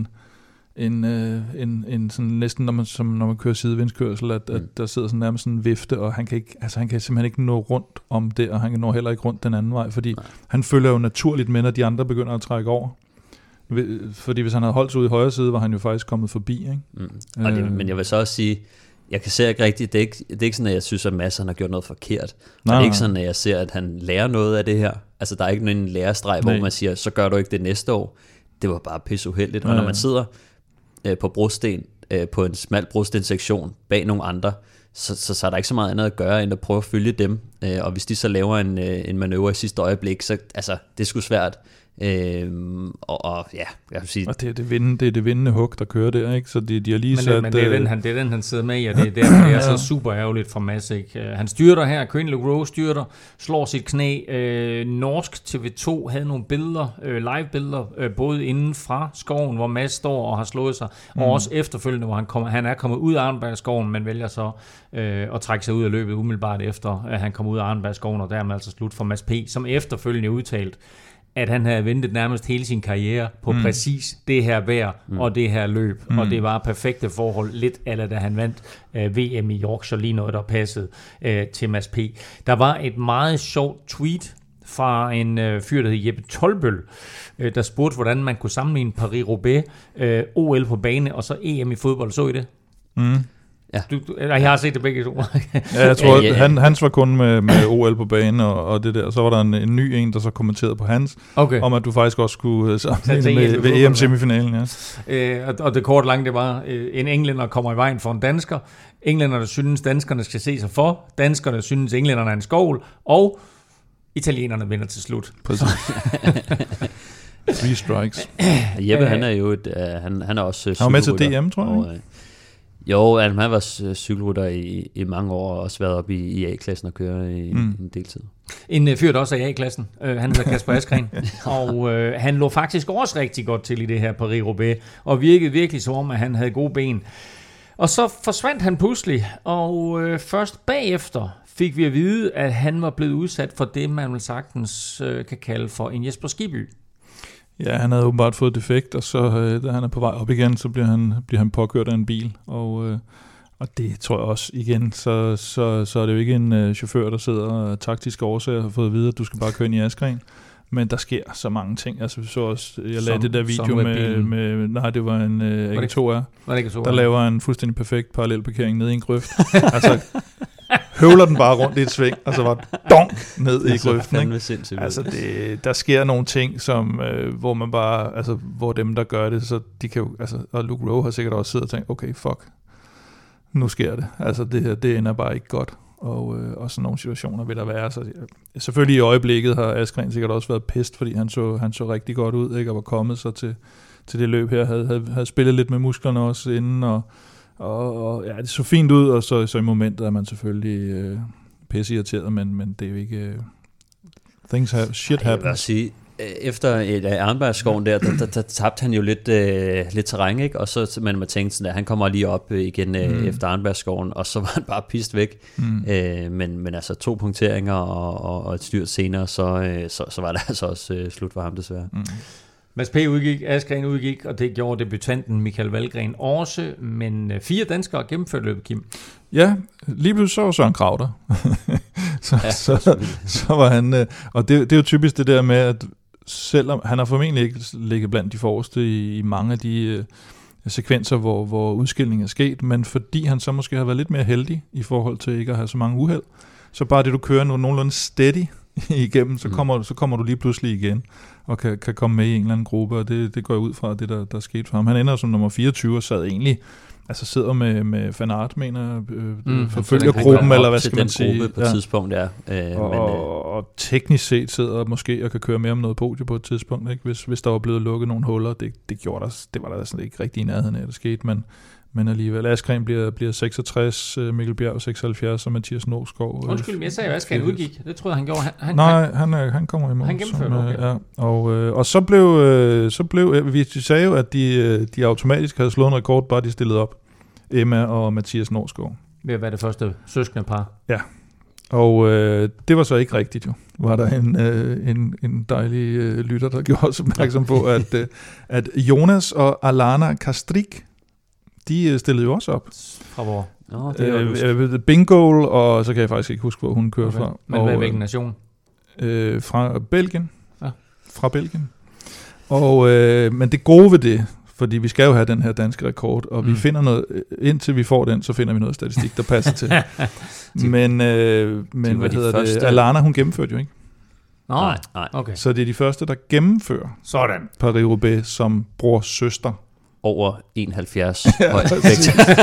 en sådan næsten når man kører sidevindskørsel, at der sidder sådan nærmest sådan en vifte, og han kan simpelthen ikke nå rundt om det, og han kan nå heller ikke rundt den anden vej, fordi han følger jo naturligt med, når de andre begynder at trække over. Fordi hvis han havde holdt sig ude i højre side, var han jo faktisk kommet forbi, ikke? Men jeg vil så også sige, jeg kan se ikke rigtigt, det er ikke sådan, at jeg synes, at Mads han har gjort noget forkert. Nej, det er ikke sådan, at jeg ser, at han lærer noget af det her. Altså, der er ikke nogen lærestreg, hvor man siger, så gør du ikke det næste år. Det var bare pisse uheldigt. Og når man sidder på brosten, på en smal brostensektion bag nogle andre, så er der ikke så meget andet at gøre, end at prøve at følge dem. Og hvis de så laver en manøvre i sidste øjeblik, så altså, det er sgu svært. Og ja, jeg vil sige... Og det er det vindende hug, der kører der, ikke? Så de har lige sat... Men det er den, han sidder med i, og det er derfor, det er så super ærgerligt for Mads, ikke? Han styrter her, Koen Rowe styrter, slår sit knæ. Norsk TV2 havde nogle billeder, live-billeder, både inden fra skoven, hvor Mads står og har slået sig, og også efterfølgende, hvor han er kommet ud af Arnbergskoven, men vælger så at trække sig ud af løbet umiddelbart efter, at han kom ud af Arnbergskoven, og dermed altså slut for Mads P., som efterfølgende udtalt, at han havde ventet nærmest hele sin karriere på præcis det her vejr og det her løb, og det var perfekte forhold, lidt eller da han vandt VM i Yorkshire, lige noget der passede til Mads P. Der var et meget sjovt tweet fra en fyr, der hed Jeppe Tolbøl, der spurgte, hvordan man kunne sammenligne Paris-Roubaix, OL på bane og så EM i fodbold. Så I det? Ja. Jeg har set det begge to. Ja, jeg tror, hans var kun med OL på banen og det der. Så var der en ny der så kommenterede på hans, om at du faktisk også skulle sammenligne med EM-semifinalen. Ja. Og det kort langt, det var, en englænder kommer i vejen for en dansker. Englænderne synes, danskerne skal se sig for. Danskerne synes, englænderne er en skovl. Og italienerne vinder til slut. Præcis. 3 strikes. Jeppe, han er jo han er også han var med til DM, tror jeg. Jo, han var cykelrytter i mange år, og også været oppe i A-klassen og køre i en del tid. En fyr, der også er i A-klassen. Han hedder Kasper Askren, og han lå faktisk også rigtig godt til i det her Paris-Roubaix, og virkede virkelig som om, at han havde gode ben. Og så forsvandt han pludselig, og først bagefter fik vi at vide, at han var blevet udsat for det, man vel sagtens kan kalde for en Jesper Skibby. Ja, han havde åbenbart fået defekt, og så da han er på vej op igen, så bliver han påkørt af en bil, og det tror jeg også igen, så er det jo ikke en chauffør, der sidder og taktisk årsager har fået at vide, at du skal bare køre ind i Askren, men der sker så mange ting. Altså vi så også, jeg lavede det der video med nej, det var en AG2R, der laver en fuldstændig perfekt parallelparkering ned i en grøft. Altså høvler den bare rundt i et sving, og så var donk ned i grøften. Altså der sker nogle ting, som hvor man bare, altså hvor dem der gør det, så de kan jo, altså, og Luke Rowe har sikkert også siddet og tænkt, okay, fuck, nu sker det. Altså det her, det ender bare ikke godt, og sådan nogle situationer vil der være. Så selvfølgelig i øjeblikket har Askren sikkert også været pist, fordi han så rigtig godt ud, ikke, og var kommet så til det løb her, havde spillet lidt med musklerne også inden, og ja, det så fint ud, og så i momentet er man selvfølgelig pisseirriteret, men det er jo ikke... shit happens. Jeg vil sige, efter Arnbergskoven der tabte han jo lidt terræn, ikke? Og så man tænkte sådan, at han kommer lige op igen efter Arnbergskoven, og så var han bare pist væk. Men altså 2 punkteringer og et styrt senere, så var det altså også slut for ham desværre. Mads P. udgik, Askren udgik, og det gjorde debutanten Michael Valgren også, men 4 danskere gennemførte løbet, Kim. Ja, lige pludselig så var Søren Kragh der. så var han, og det er jo typisk det der med, at selvom han har formentlig ikke ligget blandt de forreste i mange af de sekvenser, hvor udskilningen er sket, men fordi han så måske har været lidt mere heldig i forhold til ikke at have så mange uheld, så bare det du kører nogenlunde steady igennem, så kommer du lige pludselig igen og kan komme med i en eller anden gruppe, og det går ud fra det, der skete for ham. Han ender som nummer 24 og sad egentlig, altså sidder med Van Aert, mener forfølger gruppen, eller hvad skal man sige. Gruppe på et tidspunkt, ja. Og teknisk set sidder måske og kan køre mere om noget podie på et tidspunkt, ikke? Hvis der var blevet lukket nogle huller, det var der sådan ikke rigtig i nærheden af, det skete, men alligevel. Askren bliver 66, Mikkel Bjerg 76, og Mathias Nåskov. Undskyld, jeg sagde jo, at Askren udgik. Det troede han gjorde. Han kommer i morgen. Han gennemførte, okay. Ja. Og så blev vi sagde jo, at de automatisk havde slået en rekord, bare de stillede op. Emma og Mathias Nåskov. Ved at være det første søskende par. Ja. Og det var så ikke rigtigt jo. Var der en dejlig lytter, der gjorde os opmærksom på, at Jonas og Alana Kastrik, de stillede jo også op. Fra hvor? Bingo, og så kan jeg faktisk ikke huske, hvor hun kørte fra. Men hvilken nation? Fra Belgien. Ja. Fra Belgien. Og, men det gode ved det, fordi vi skal jo have den her danske rekord, og vi finder noget, indtil vi får den, så finder vi noget statistik, der passer til. Men hvad hedder det? Alana, hun gennemførte jo ikke. Nej. Okay. Så det er de første, der gennemfører sådan Paris-Roubaix som brors søster. Over 71 højt vægt.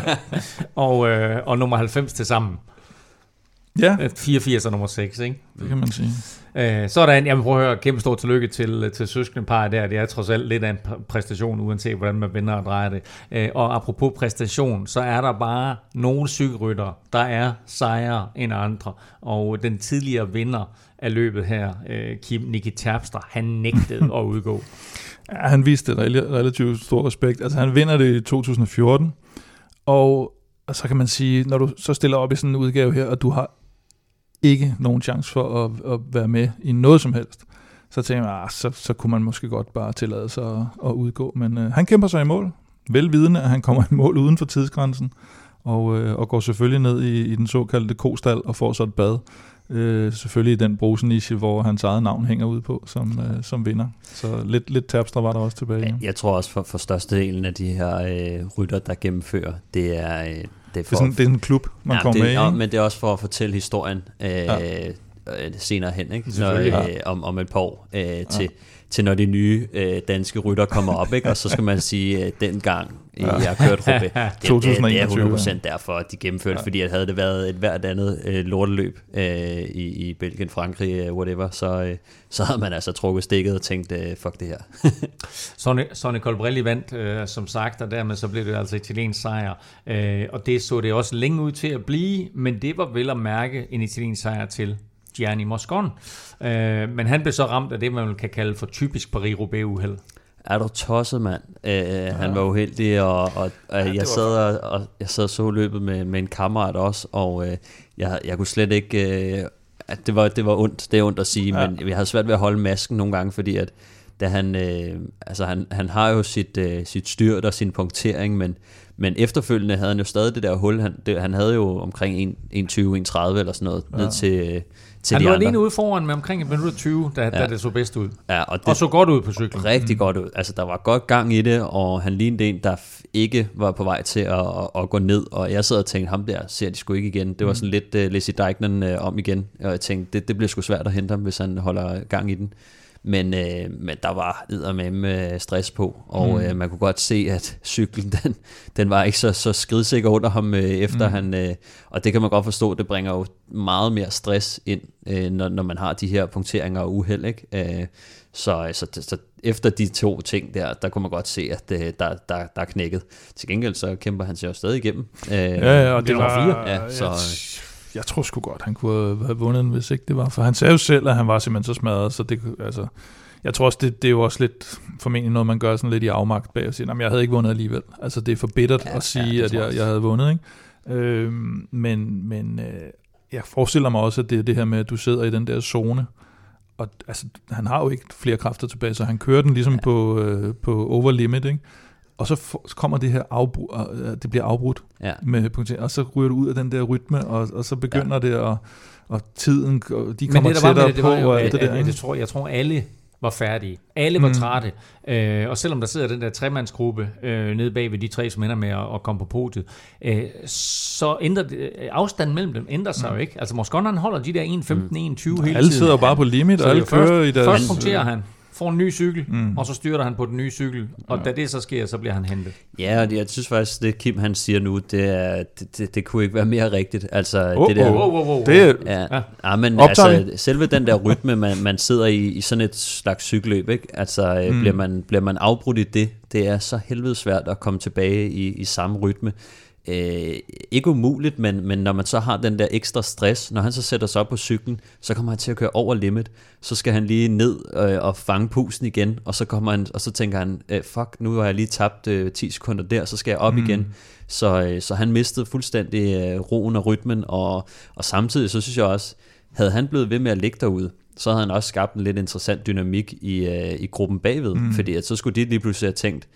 og nummer 90 til sammen. Ja. 84 og nummer 6, ikke? Det kan man sige. Sådan, jeg vil prøve at høre, kæmpe stort tillykke til søskendeparret der. Det er trods alt lidt af en præstation, uanset hvordan man vender og drejer det. Og apropos præstation, så er der bare nogle cykelryttere, der er sejere end andre. Og den tidligere vinder af løbet her, Nicky Terpstra, han nægtede at udgå. Ja, han viste et relativt stor respekt. Altså han vinder det i 2014, og så kan man sige, når du så stiller op i sådan en udgave her, og du har ikke nogen chance for at være med i noget som helst, så tænker jeg, så kunne man måske godt bare tillade sig at udgå. Men han kæmper sig i mål, velvidende, at han kommer i mål uden for tidsgrænsen, og går selvfølgelig ned i den såkaldte kostal og får så et bad. Selvfølgelig i den bruseniche, hvor hans eget navn hænger ud på som vinder. Så lidt Terpstra var der også tilbage. Ja. Jeg tror også for størstedelen af de her rytter, der gennemfører, det er det er en klub, man kommer med i. Ja, men det er også for at fortælle historien senere hen, ikke? Om et par år til når de nye danske rytter kommer op, ikke? Og så skal man sige, dengang jeg kørte Roubaix, det er 100% derfor, at de gennemførte, fordi at havde det været et hvert andet lorteløb i Belgien, Frankrig, whatever, så havde man altså trukket stikket og tænkt, fuck det her. Sonny Colbrelli vandt, som sagt, og dermed så blev det altså italiensk sejr, og det så det også længe ud til at blive, men det var vel at mærke en italiensk sejr til Gianni Moscon. Men han blev så ramt af det, man kan kalde for typisk Paris-Roubaix-uheld. Er du tosset, mand? Han var uheldig, og jeg sad og så løbet med en kammerat også, og jeg kunne slet ikke... Det var ondt, det er ondt at sige, men jeg havde svært ved at holde masken nogle gange, fordi at da han har jo sit styrt og sin punktering, men efterfølgende havde han jo stadig det der hul. Han havde jo omkring 1.20-1.30 eller sådan noget ned til han de lå andre. alene ude foran med omkring 1 minut 20, da det så bedst ud. Ja, og så godt ud på cyklen. Rigtig godt ud. Altså, der var godt gang i det, og han lignede en, der ikke var på vej til at gå ned. Og jeg sad og tænkte, ham der ser de sgu ikke igen. Det var sådan lidt Lizzie Deignan om igen. Og jeg tænkte, det bliver sgu svært at hente ham, hvis han holder gang i den. Men der var eddermame stress på, og man kunne godt se, at cyklen, den var ikke så skridsikker under ham efter han, og det kan man godt forstå, det bringer jo meget mere stress ind, når man har de her punkteringer og uheld, ikke? Så efter de to ting der kunne man godt se, at der er knækket. Til gengæld så kæmper han sig jo stadig igennem. Og det var 4. Ja, så... Jeg tror sgu godt, han kunne have vundet, hvis ikke det var. For han sagde jo selv, at han var simpelthen så smadret, så det, altså, jeg tror også, det er jo også lidt formentlig noget, man gør sådan lidt i afmagt bag og siger, jeg havde ikke vundet alligevel. Altså, det er for bittert at sige, at jeg havde vundet, ikke? Men jeg forestiller mig også, at det er det her med, at du sidder i den der zone, og altså, han har jo ikke flere kræfter tilbage, så han kører den ligesom på over limit, ikke? Og så kommer det her det bliver afbrudt med punktering, og så ryger du ud af den der rytme, og så begynder det, og tiden, de kommer tættere på, og alt det der. Jeg tror alle var færdige. Alle var trætte. Og selvom der sidder den der tremandsgruppe nede bag ved de tre, som ender med at komme på podiet, så ændrer afstanden mellem dem ændrer sig jo ikke. Altså Moscon, han holder de der 1.15, 1.20 hele tiden. Alle sidder jo bare på limit, og alle kører i deres... Først punkterer han, får en ny cykel, og så styrter han på den nye cykel, og da det så sker, så bliver han hentet. Ja, og jeg synes faktisk, det Kim han siger nu, det kunne ikke være mere rigtigt. Altså, men altså, selve den der rytme, man sidder i sådan et slags cykelløb, ikke? Altså, bliver man afbrudt i det er så helvede svært at komme tilbage i samme rytme. ikke umuligt, men når man så har den der ekstra stress, når han så sætter sig op på cyklen, så kommer han til at køre over limit, så skal han lige ned og fange pusten igen, og så kommer han, og så tænker han, fuck, nu har jeg lige tabt 10 sekunder der, så skal jeg op igen. Så han mistede fuldstændig roen og rytmen, og samtidig så synes jeg også, havde han blevet ved med at ligge derude, så havde han også skabt en lidt interessant dynamik i gruppen bagved, fordi at så skulle de lige pludselig have tænkt,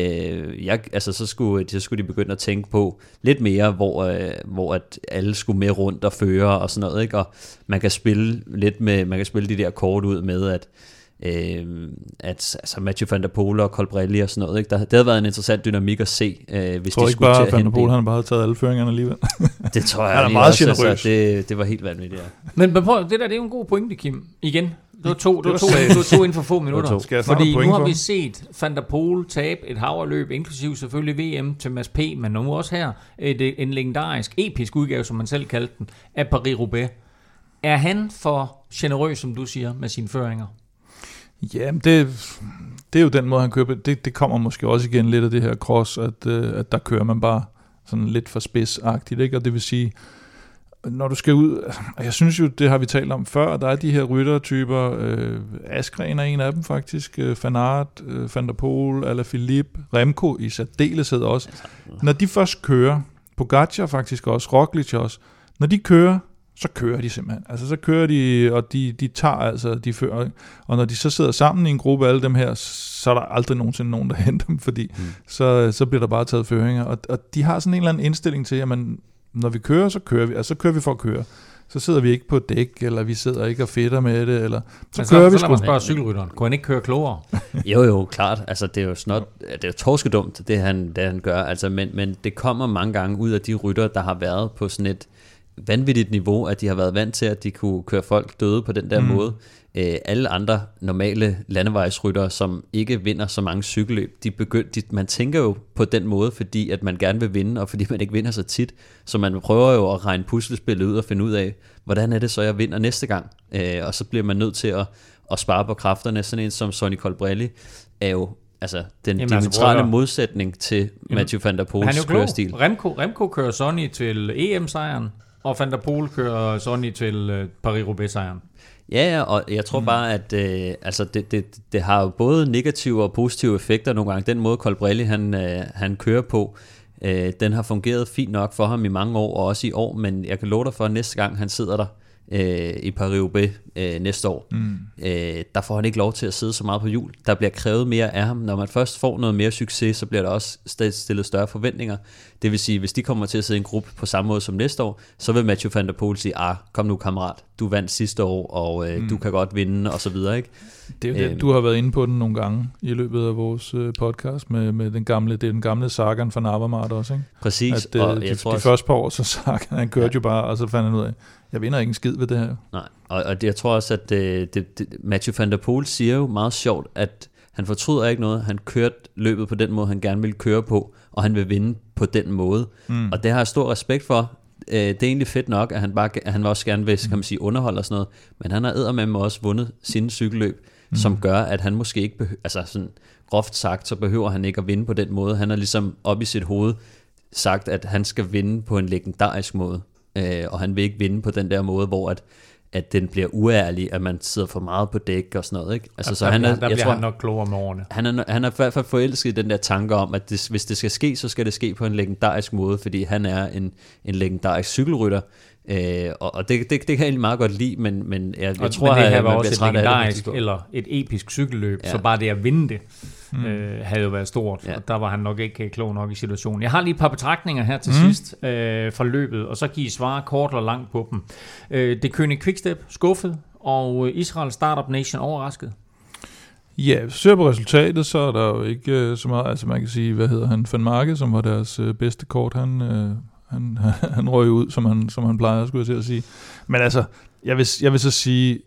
så skulle de begynde at tænke på lidt mere, hvor at alle skulle med rundt og føre og sådan noget, ikke? Og man kan spille de der kort ud med, at altså Mathieu van der Poel og Colbrelli og sådan noget, ikke? Det havde været en interessant dynamik at se, hvis de skulle til at hente. Van der Poel, han bare havde taget alle føringerne alligevel. Det tror jeg. Han er meget generøs. Altså, det var helt vanvittigt, ja. Men prøv, det der, det er jo en god pointe, Kim. Igen. Det var to inden for få minutter. Fordi nu har vi set Van der Poel tabe et havreløb, inklusive selvfølgelig VM til Mads P., men nu også her en legendarisk, episk udgave, som man selv kaldte den, af Paris-Roubaix. Er han for generøs, som du siger, med sine føringer? Ja, det er jo den måde, han kører på. Det kommer måske også igen lidt af det her cross, at der kører man bare sådan lidt for spidsagtigt, ikke? Og det vil sige, når du skal ud, jeg synes jo, det har vi talt om før, der er de her ryttertyper, Askren er en af dem faktisk, Van Aert, Van der Poel, Alaphilippe, Remco i særdeleshed også. Når de først kører, Pogacar faktisk også, Roglic også, når de kører, så kører de simpelthen. Altså så kører de, og de tager altså, de fører. Og når de så sidder sammen i en gruppe af alle dem her, så er der aldrig nogensinde nogen, der henter dem, fordi så bliver der bare taget føringer. Og de har sådan en eller anden indstilling til, at når vi kører, så kører vi. Altså så kører vi for at køre. Så sidder vi ikke på dæk, eller vi sidder ikke og fedter med det, eller så kører vi sgu. Så lad mig spørge cykelrytteren. Kunne han ikke køre klogere? Jo, klart. Altså det er jo det er jo torskedumt, det han gør. Altså, men det kommer mange gange ud af de rytter, der har været på sådan et vanvittigt niveau, at de har været vant til, at de kunne køre folk døde på den der måde. Alle andre normale landevejsryttere, som ikke vinder så mange cykelløb, man tænker jo på den måde, fordi at man gerne vil vinde, og fordi man ikke vinder så tit. Så man prøver jo at regne puslespillet ud og finde ud af, hvordan er det så, jeg vinder næste gang? Og så bliver man nødt til at spare på kræfterne. Sådan en som Sonny Colbrelli er jo altså den diametrale modsætning til Mathieu van der Poels kørestil. Remco kører Sonny til EM-sejren, og Van der Poel kører Sonny til Paris-Roubaix-sejren. Ja, og jeg tror bare, at det har jo både negative og positive effekter nogle gange. Den måde Colbrelli han kører på, den har fungeret fint nok for ham i mange år, og også i år, men jeg kan love dig for, at næste gang han sidder der i Paris-Roubaix næste år, der får han ikke lov til at sidde så meget på hjul. Der bliver krævet mere af ham. Når man først får noget mere succes, så bliver der også stillet større forventninger. Det vil sige, hvis de kommer til at sidde i en gruppe på samme måde som næste år, så vil Mathieu van der Poel sige, kom nu kammerat, du vandt sidste år, og du kan godt vinde, og så videre, ikke? Det er jo det, du har været inde på den nogle gange i løbet af vores podcast med den gamle Sagan van Avermaet også, ikke? Præcis. At, og jeg tror de første par år, så Sagan, han kørte jo bare, og så fandt han ud af, jeg vinder ikke en skid ved det her. Nej, og jeg tror også, at Mathieu van der Poel siger jo meget sjovt, at han fortryder ikke noget. Han kørte løbet på den måde, han gerne vil køre på, og han vil vinde på den måde. Og det har jeg stor respekt for. Det er egentlig fedt nok, at han også gerne vil, kan man sige, underholde og sådan noget, men han har eddermame også vundet sine cykelløb, som gør, at han måske ikke altså sådan groft sagt, så behøver han ikke at vinde på den måde. Han har ligesom op i sit hoved sagt, at han skal vinde på en legendarisk måde, og han vil ikke vinde på den der måde, hvor at den bliver uærlig, at man sidder for meget på dæk og sådan noget, ikke? Altså, så han han nok klogere med årene. Han er i hvert fald forelsket i den der tanke om, at hvis det skal ske, så skal det ske på en legendarisk måde, fordi han er en legendarisk cykelrytter, og det kan jeg egentlig meget godt lide, men jeg tror, at det her var også et legendarisk eller et episk cykelløb, så bare det at vinde det havde jo været stort, og der var han nok ikke klog nok i situationen. Jeg har lige et par betragtninger her til sidst fra løbet, og så kan I svare kort og langt på dem. Det König Quickstep skuffet, og Israel Startup Nation overrasket. Ja, hvis du ser på resultatet, så er der jo ikke så meget, altså man kan sige, hvad hedder han, Van Marke, som var deres bedste kort, han røg ud, som han plejer, skulle jeg til at sige. Men altså, jeg vil så sige,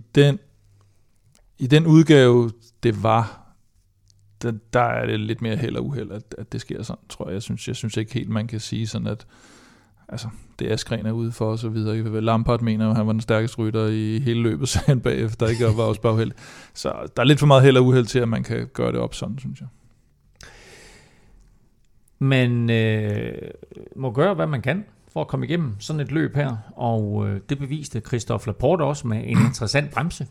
i den udgave, det var, der er det lidt mere held og uheld, at det sker sådan, tror jeg. Jeg synes ikke helt, man kan sige sådan, at altså, det er Askren er ude for, og så videre. Lampard mener, at han var den stærkeste rytter i hele løbet, så han bagefter ikke var også bare uheld. Så der er lidt for meget held og uheld til, at man kan gøre det op sådan, synes jeg. man må gøre, hvad man kan for at komme igennem sådan et løb her, og det beviste Christophe Laporte også med en interessant bremse.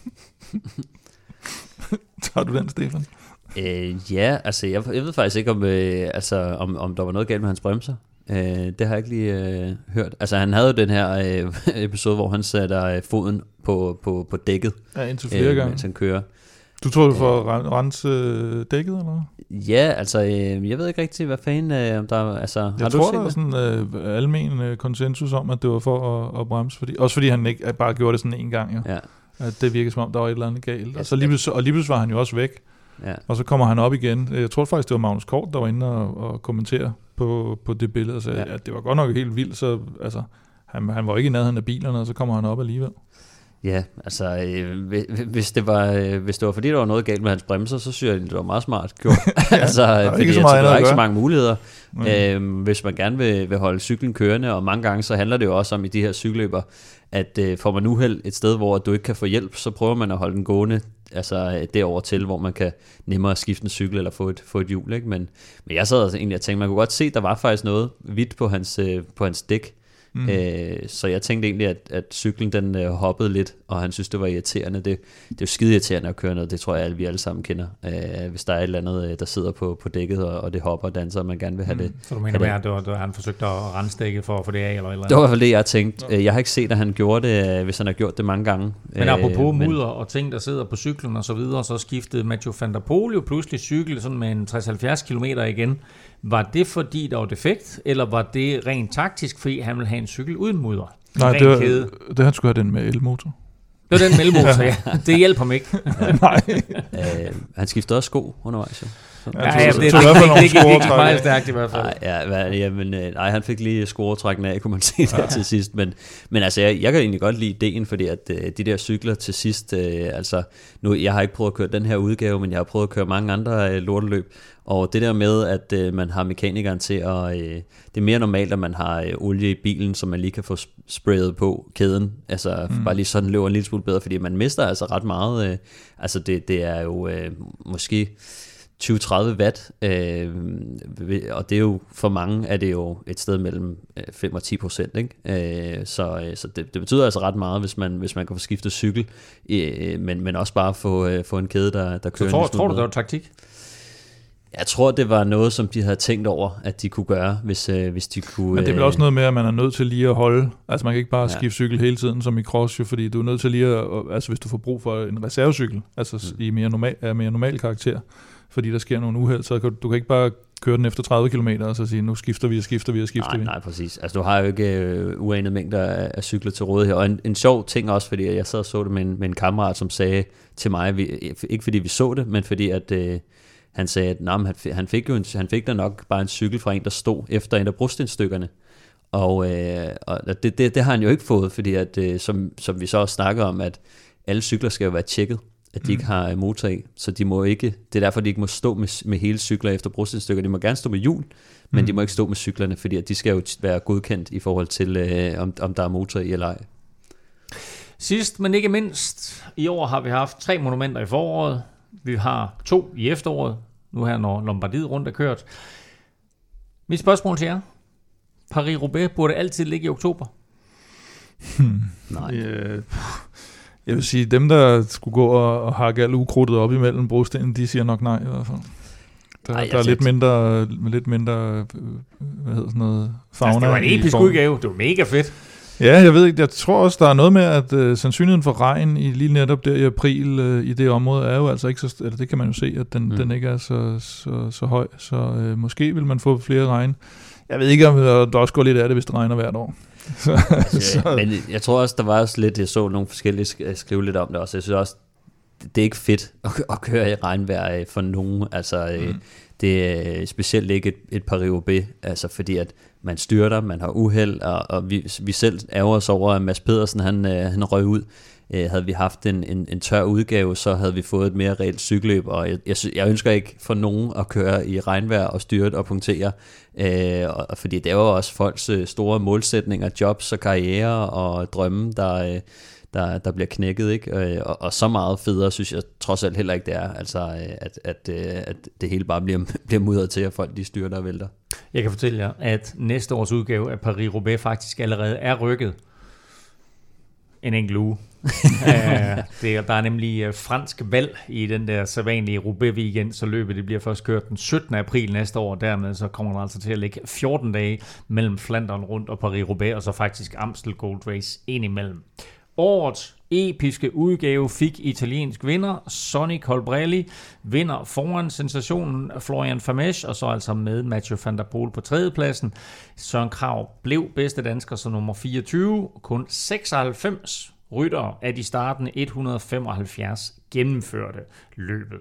Tager du den, Stefan? Ja, altså jeg ved faktisk ikke, om der var noget galt med hans bremser. Det har jeg ikke lige hørt. Altså han havde jo den her episode, hvor han satte foden på dækket. Ja, indtil flere gange. Mens han kører. Du tror, du får rense dækket, eller? Ja, altså jeg ved ikke rigtig, hvad fanden om der altså. Jeg tror, der er sådan almen konsensus om, at det var for at bremse, også fordi han ikke bare gjorde det sådan en gang, jo. Ja. At det virkede som om, der var et eller andet galt. Ja, og lige pludselig var han jo også væk. Ja. Og så kommer han op igen. Jeg tror faktisk, det var Magnus Kort, der var inde og kommentere på det billede, og sagde, at det var godt nok helt vildt, så altså, han var ikke i nærheden af bilerne, og så kommer han op alligevel. Ja, altså hvis det var fordi der var noget galt med hans bremser, så synes jeg, det var meget smart gjort. Altså, fordi der er ikke så mange muligheder. Hvis man gerne vil holde cyklen kørende, og mange gange så handler det jo også om i de her cykelløber, at får man uheld et sted, hvor du ikke kan få hjælp, så prøver man at holde den gående, altså derover til, hvor man kan nemmere skifte en cykel eller få et hjul, ikke? Men jeg sad altså egentlig og tænkte, man kunne godt se, at der var faktisk noget hvidt på hans dæk. Så jeg tænkte egentlig, at cyklen den hoppede lidt, og han synes, det var irriterende. Det er jo skide irriterende at køre noget, det tror jeg, vi alle sammen kender. Hvis der er et eller andet, der sidder på dækket, og det hopper og danser, og man gerne vil have det. Så du mener mere, at han forsøgte at rense dækket for at få det af? Eller? Det var i hvert fald det, jeg tænkte. Jeg har ikke set, at han gjorde det, hvis han har gjort det mange gange. Men apropos mudder og ting, der sidder på cyklen og så videre, så skiftede Mathieu van der Poel jo pludselig cykel sådan med en 60-70 kilometer igen. Var det fordi, der var defekt, eller var det rent taktisk, fordi han ville have en cykel uden mudder? Nej, det han skulle have den med elmotor. Det var den med elmotor, ja. Det hjælper ham ikke. Nej. Han skiftede også sko undervejs, jo. Det gik meget stærkt i hvert fald. Nej, han fik lige scoretrækkene af, kunne man sige der til sidst. Men altså, jeg kan egentlig godt lide ideen, fordi at de der cykler til sidst, altså, nu, jeg har ikke prøvet at køre den her udgave, men jeg har prøvet at køre mange andre lorteløb, og det der med, at man har mekanikeren til at, det er mere normalt, at man har olie i bilen, så man lige kan få sprayet på kæden, altså bare lige sådan løber en lille smule bedre, fordi man mister altså ret meget, altså det er jo måske 20-30 watt, og det er jo for mange er det jo et sted mellem 5 og 10%, ikke? Så det betyder altså ret meget, hvis man kan få skiftet cykel, men også bare få en kæde, der kører. Så tror du, det var taktik? Jeg tror, det var noget, som de havde tænkt over, at de kunne gøre, hvis de kunne. Men det er vel også noget med, at man er nødt til lige at holde. Altså man kan ikke bare skifte cykel hele tiden, som i cross, jo, fordi du er nødt til lige at, altså hvis du får brug for en reservecykel, altså i mere normal karakter, fordi der sker nogle uheld, så du kan ikke bare køre den efter 30 km og så sige, nu skifter vi. Nej, præcis. Altså du har jo ikke uanede mængder af cykler til rådighed. Og en sjov ting også, fordi jeg sad og så det med en kammerat, som sagde til mig, ikke fordi vi så det, men fordi at han sagde, at han fik da nok bare en cykel fra en, der stod efter en af brostensstykkerne. Og det har han jo ikke fået, fordi at, som vi så også snakker om, at alle cykler skal jo være tjekket, at de ikke har motor i, så de må ikke, det er derfor, de ikke må stå med hele cykler efter brostensstykker. De må gerne stå med hjul, men de må ikke stå med cyklerne, fordi at de skal jo være godkendt i forhold til, om der er motor i eller ej. Sidst, men ikke mindst, i år har vi haft 3 monumenter i foråret. Vi har 2 i efteråret, nu her når Lombardiet rundt er kørt. Mit spørgsmål til jer. Paris-Roubaix burde altid ligge i oktober? Nej. Jeg vil sige, dem der skulle gå og hakke alt ukrudtet op imellem brostenen, de siger nok nej i hvert fald. Der er lidt mindre, hvad hedder sådan noget, fauna. Altså, det var en episk udgave, det var mega fedt. Ja, jeg ved ikke, jeg tror også, der er noget med, at sandsynligheden for regn lige netop der i april i det område er jo altså ikke så, eller det kan man jo se, at den ikke er så høj, så måske vil man få flere regn. Jeg ved ikke, om der også går lidt af det, hvis det regner hvert år. Men jeg tror også, der var også lidt, jeg så nogle forskellige skrive lidt om det også, jeg synes også, det er ikke fedt at køre i regnvejr for nogen, altså det er specielt ikke et Paris-Roubaix, altså fordi at man styrter, man har uheld, og vi selv ærger os over, at Mads Pedersen han røg ud. Havde vi haft en tør udgave, så havde vi fået et mere reelt cykelløb, og jeg ønsker ikke for nogen at køre i regnvejr og styrte og punktere, fordi det er jo også folks store målsætninger, jobs og karriere og drømme, der bliver knækket, ikke? Og så meget federe synes jeg trods alt heller ikke det er, altså at det hele bare bliver mudret til, at folk de styrter og vælter. Jeg kan fortælle jer, at næste års udgave af Paris-Roubaix faktisk allerede er rykket en enkelt uge. Der er nemlig fransk valg i den der sædvanlige Roubaix-weekend, så løbet det bliver først kørt den 17. april næste år, og dermed så kommer der altså til at ligge 14 dage mellem Flandern rundt og Paris-Roubaix, og så faktisk Amstel Gold Race ind imellem. Årets episke udgave fik italiensk vinder, Sonny Colbrelli, vinder foran sensationen Florian Vermeersch, og så altså med Mathieu van der Poel på tredjepladsen. Søren Kragh blev bedste dansker som nummer 24, kun 96 ryttere af de startende 175 gennemførte løbet.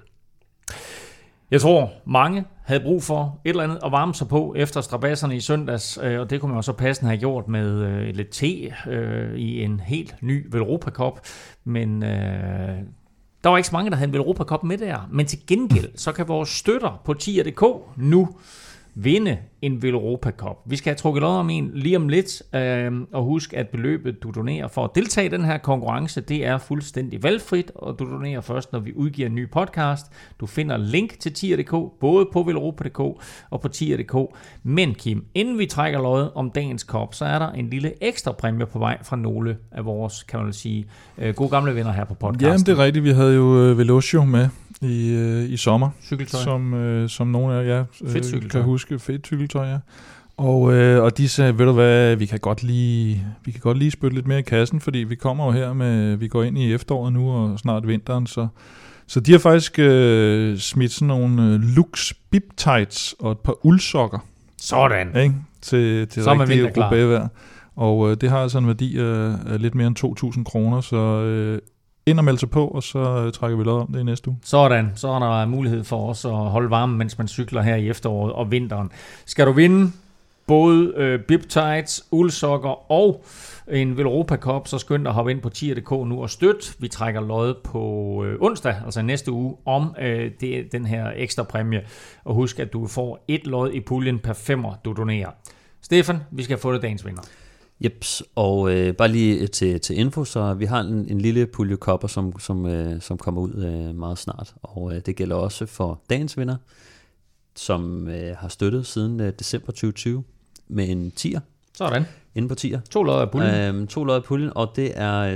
Jeg tror, mange havde brug for et eller andet at varme sig på efter strabasserne i søndags, og det kunne man jo så passende have gjort med lidt te i en helt ny Velropa Cup, men der var ikke så mange, der havde en Velropa Cup med der. Men til gengæld, så kan vores støtter på tier.dk nu vinde en Velropa Cup. Vi skal have trukket lod om en lige om lidt, og husk, at beløbet, du donerer for at deltage i den her konkurrence, det er fuldstændig valgfrit, og du donerer først, når vi udgiver en ny podcast. Du finder link til tier.dk, både på velropa.dk og på tier.dk. Men Kim, inden vi trækker lod om dagens cup, så er der en lille ekstra præmie på vej fra nogle af vores, kan man sige, gode gamle venner her på podcasten. Jamen, det er rigtigt. Vi havde jo Velocio med i sommer. Cykeltøj. Som nogle af jer kan huske. Fedt cykeltøj, ja. Og de sagde, ved du hvad, vi kan godt lige spytte lidt mere i kassen, fordi vi kommer jo her vi går ind i efteråret nu, og snart vinteren, så de har faktisk smidt sådan nogle Lux Bib Tights og et par uldsokker. Sådan. Ikke? Til rigtig Roubaix-vejr. Og det har altså en værdi af lidt mere end 2.000 kroner, så ind og melde sig på, og så trækker vi lod om det i næste uge. Sådan, så er der mulighed for os at holde varme, mens man cykler her i efteråret og vinteren. Skal du vinde både bib tights, uldsokker og en Velropa Cup, så skynd dig at hoppe ind på tier.dk nu og støt. Vi trækker lod på onsdag, altså næste uge, om den her ekstra præmie. Og husk, at du får et lod i puljen per 5'er, du donerer. Stefan, vi skal få det dagens vinder. Jeps, og bare lige til info, så vi har en lille pulje kopper, som kommer ud meget snart, og det gælder også for dagens vinder, som har støttet siden december 2020 med en 10'er. Sådan. Inde på 10'er. 2 lodder af puljen. 2 lodder af puljen, og det er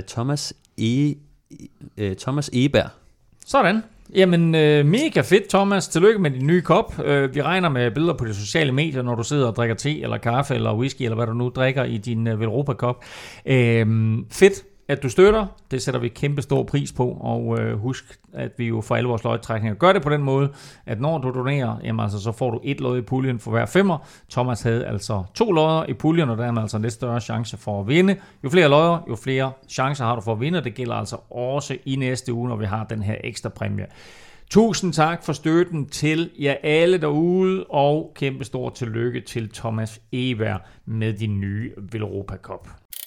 Thomas Egeberg. Sådan. Jamen, mega fedt, Thomas. Tillykke med din nye kop. Vi regner med billeder på de sociale medier, når du sidder og drikker te, eller kaffe, eller whisky, eller hvad du nu drikker i din Velropa Cup. Fedt, at du støtter. Det sætter vi kæmpe stor pris på, og husk, at vi jo for alle vores lodtrækninger gør det på den måde, at når du donerer, jamen altså, så får du et lod i puljen for hver 5'er. Thomas havde altså 2 lodder i puljen, og der er altså en lidt større chance for at vinde. Jo flere lodder, jo flere chancer har du for at vinde, og det gælder altså også i næste uge, når vi har den her ekstra præmie. Tusind tak for støtten til jer alle derude, og kæmpe stor tillykke til Thomas Egeberg med din nye Velropa Cup.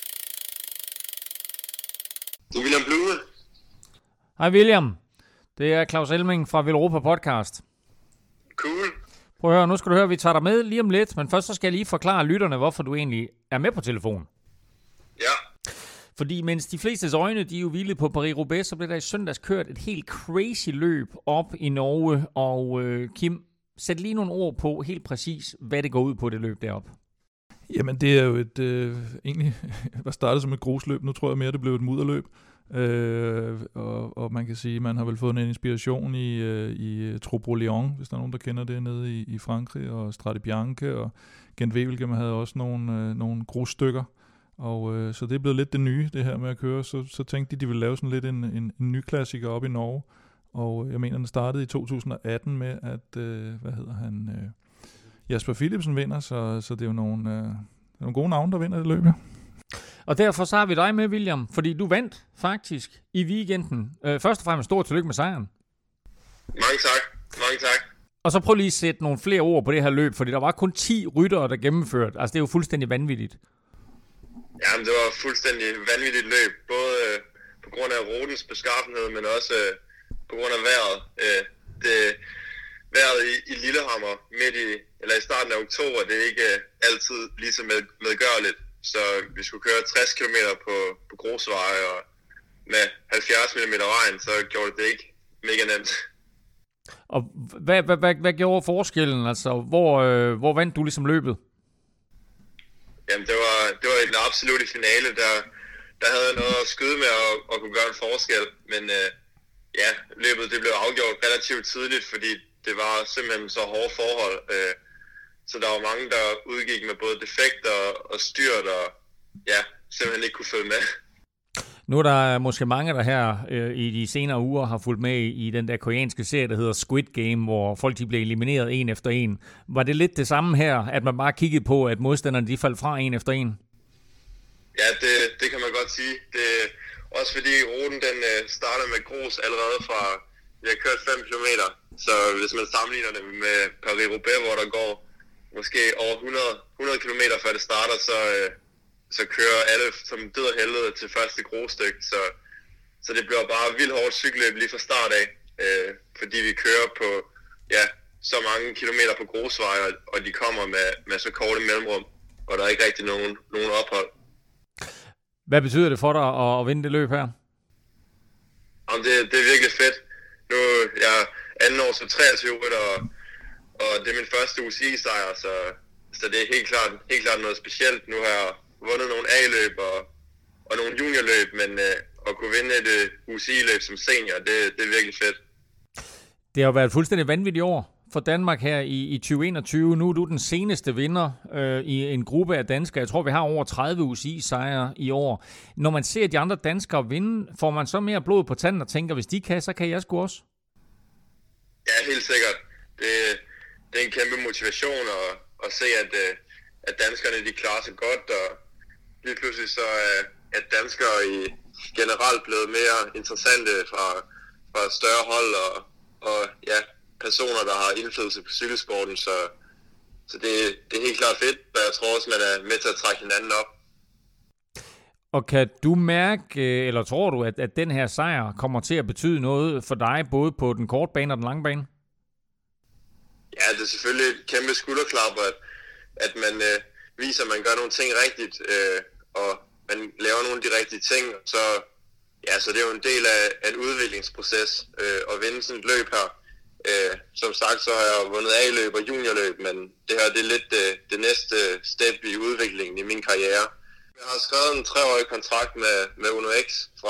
Det er William Blume. Hej William, det er Claus Elming fra Velropa Podcast. Cool. Prøv at høre, nu skal du høre, vi tager dig med lige om lidt, men først så skal jeg lige forklare lytterne, hvorfor du egentlig er med på telefon. Ja. Fordi mens de flestes øjne, de er jo hvilet på Paris-Roubaix, så blev der i søndags kørt et helt crazy løb op i Norge, og Kim, sæt lige nogle ord på helt præcis, hvad det går ud på, det løb deroppe. Jamen, det er jo egentlig var startet som et grusløb. Nu tror jeg mere, det blev et mudderløb. Og man kan sige, man har vel fået en inspiration i Troubrouillon, hvis der er nogen, der kender det, nede i Frankrig, og Strade Bianche, og Gent Wevelgem havde også nogle grusstykker. Og så det er blevet lidt det nye, det her med at køre. Så tænkte de ville lave sådan lidt en ny klassiker op i Norge. Og jeg mener, den startede i 2018 med, at, Jasper Philipsen vinder, så det er jo nogle gode navne, der vinder det løb. Og derfor så har vi dig med, William, fordi du vandt faktisk i weekenden. Først og fremmest stor tillykke med sejren. Mange tak. Og så prøv lige at sætte nogle flere ord på det her løb, fordi der var kun 10 ryttere, der gennemførte. Altså, det er jo fuldstændig vanvittigt. Jamen, det var fuldstændig vanvittigt løb. Både på grund af rutens beskaffenhed, men også på grund af vejret. Vejret i Lillehammer i starten af oktober, det er ikke altid lige så medgørligt. Så vi skulle køre 60 km på grusveje, og med 70 mm regn, så gjorde det ikke mega nemt. Og hvad gjorde forskellen? Altså, hvor vandt du ligesom løbet? Jamen, det var i den absolutte finale, der havde jeg noget at skyde med og kunne gøre en forskel. Men løbet det blev afgjort relativt tidligt, fordi det var simpelthen så hårde forhold. Så der var mange, der udgik med både defekter og styrt, og simpelthen ikke kunne følge med. Nu er der måske mange, der her i de senere uger har fulgt med i den der koreanske serie, der hedder Squid Game, hvor folk de blev elimineret en efter en. Var det lidt det samme her, at man bare kiggede på, at modstanderne de faldt fra en efter en? Ja, det kan man godt sige. Det også fordi ruten den starter med grus allerede fra, vi har kørt 5 km. Så hvis man sammenligner det med Paris-Roubaix, hvor der går måske over 100 km før det starter, så kører alle som død og helvede til første grusstykke. Så det bliver bare vildt hårdt cykelløb lige fra start af, fordi vi kører på så mange kilometer på grusveje, og de kommer med så korte mellemrum, og der er ikke rigtig nogen ophold. Hvad betyder det for dig at vinde det løb her? Jamen, det er virkelig fedt. Nu jeg er anden år som 23 rytter, og det er min første UCI-sejr, så det er helt klart noget specielt. Nu har jeg vundet nogle A-løb og nogle juniorløb, men at kunne vinde et UCI-løb som senior, det er virkelig fedt. Det har jo været et fuldstændig vanvittigt år for Danmark her i 2021. Nu er du den seneste vinder i en gruppe af danskere. Jeg tror, vi har over 30 UCI-sejre i år. Når man ser de andre danskere vinde, får man så mere blod på tanden og tænker, hvis de kan, så kan jeg sgu også? Ja, helt sikkert. Det er en kæmpe motivation at se, at danskerne de klarer sig godt, og lige pludselig så er danskere generelt blevet mere interessante fra større hold og personer, der har indflydelse på cykelsporten, så det er helt klart fedt, og jeg tror også, man er med til at trække hinanden op. Og kan du mærke, eller tror du, at den her sejr kommer til at betyde noget for dig, både på den korte bane og den lange bane? Ja, det er selvfølgelig et kæmpe skulderklap, at man viser, at man gør nogle ting rigtigt, og man laver nogle af de rigtige ting, så det er jo en del af en udviklingsproces at vinde sådan et løb her. Som sagt, så har jeg vundet A-løb og juniorløb, men det her det er lidt det næste step i udviklingen i min karriere. Jeg har skrevet en 3-årig kontrakt med Uno X fra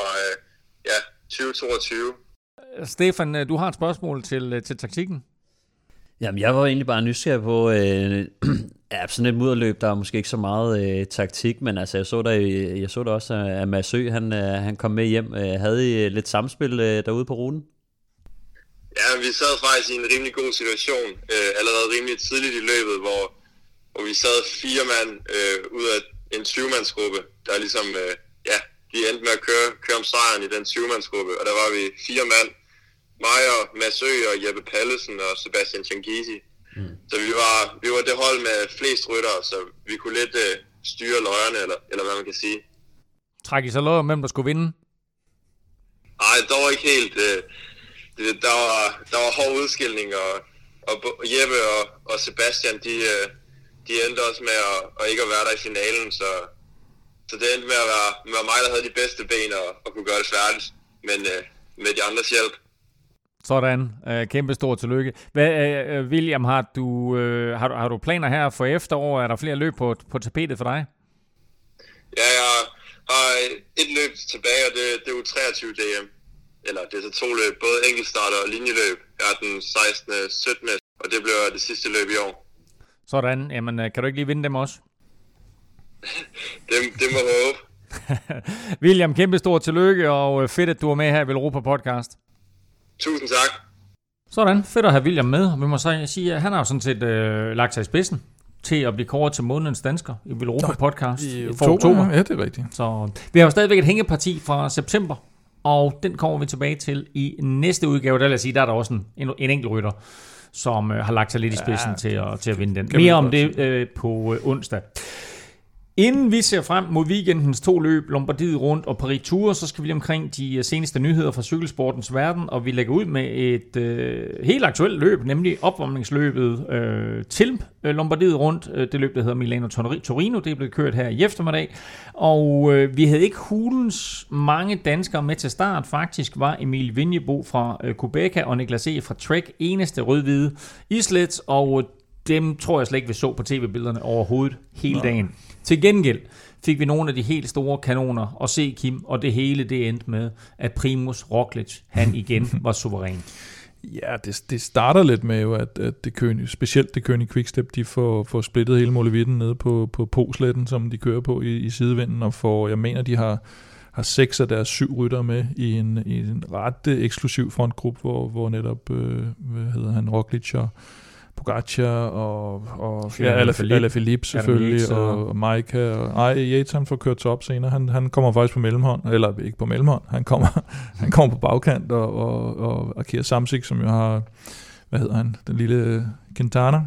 2022. Stefan, du har et spørgsmål til taktikken? Jamen, jeg var egentlig bare nysgerrig på sådan et mudderløb, der er måske ikke så meget taktik, men altså, jeg så da også, at Mads Ø, han kom med hjem. Havde I lidt samspil derude på ruten? Ja, vi sad faktisk i en rimelig god situation, allerede rimelig tidligt i løbet, hvor vi sad 4 mand ud af en 20-mandsgruppe, der ligesom, de endte med at køre om sejren i den 20-mandsgruppe, og der var vi 4 mand, mig og Mads Ø og Jeppe Pallesen og Sebastian Ciangisi. Så vi var det hold med flest ryttere, så vi kunne lidt styre løjerne, eller hvad man kan sige. Træk I så lov om, hvem der skulle vinde? Nej, dog ikke helt. Der var hård udskilning, og Jeppe og Sebastian, de endte også med at ikke at være der i finalen, så det endte med at være mig, der havde de bedste ben og kunne gøre det færdigt, men med de andres hjælp. Sådan. Kæmpe stor tillykke. William, har du planer her for efterår? Er der flere løb på tapetet for dig? Ja, jeg har et løb tilbage, og det er jo 23 DM. Eller det er så 2 løb, både enkeltstarter og linjeløb. Jeg er den 16. 17. og det bliver det sidste løb i år. Sådan. Jamen, kan du ikke lige vinde dem også? det må jeg håbe. William, kæmpe stor tillykke, og fedt, at du er med her i Velropa Podcast. Tusind tak. Sådan. Fedt at have William med. Vi må så sige, at han har jo sådan set lagt sig i spidsen til at blive kåret til månedens dansker i Velropa Podcast i oktober. Ja, det er rigtigt. Så vi har jo stadigvæk et hængeparti fra september og den kommer vi tilbage til i næste udgave. Der vil jeg sige, der er der også en enkelt rytter, som har lagt sig lidt i spidsen til at vinde den. Mere om det på onsdag. Inden vi ser frem mod weekendens 2 løb, Lombardiet Rundt og Paris Tours, så skal vi lige omkring de seneste nyheder fra cykelsportens verden, og vi lægger ud med et helt aktuelt løb, nemlig opvarmningsløbet til Lombardiet Rundt. Det løb, der hedder Milano Torino, det er blevet kørt her i eftermiddag, og vi havde ikke hulens mange danskere med til start. Faktisk var Emil Vinjebo fra Kubeka og Niklas E. fra Trek eneste rød-hvide islet, og dem tror jeg slet ikke, vi så på tv-billederne overhovedet hele dagen. Til gengæld fik vi nogle af de helt store kanoner at se, Kim, og det hele det endte med, at Primož Roglič, han igen var suveræn. Ja, det starter lidt med jo, at specielt det König Quickstep, de får splittet hele molevitten nede på Posletten, som de kører på i sidevinden, og jeg mener, de har 6 af deres 7 ryttere med i en ret eksklusiv frontgruppe, hvor netop, Roglič og Pogacar og Alaphilippe selvfølgelig, og Majka. Og Yates, han får kørt op senere. Han kommer faktisk på mellemhånd, eller ikke på mellemhånd, han kommer på bagkant, og Akira Samsic, som jo har, den lille Quintana,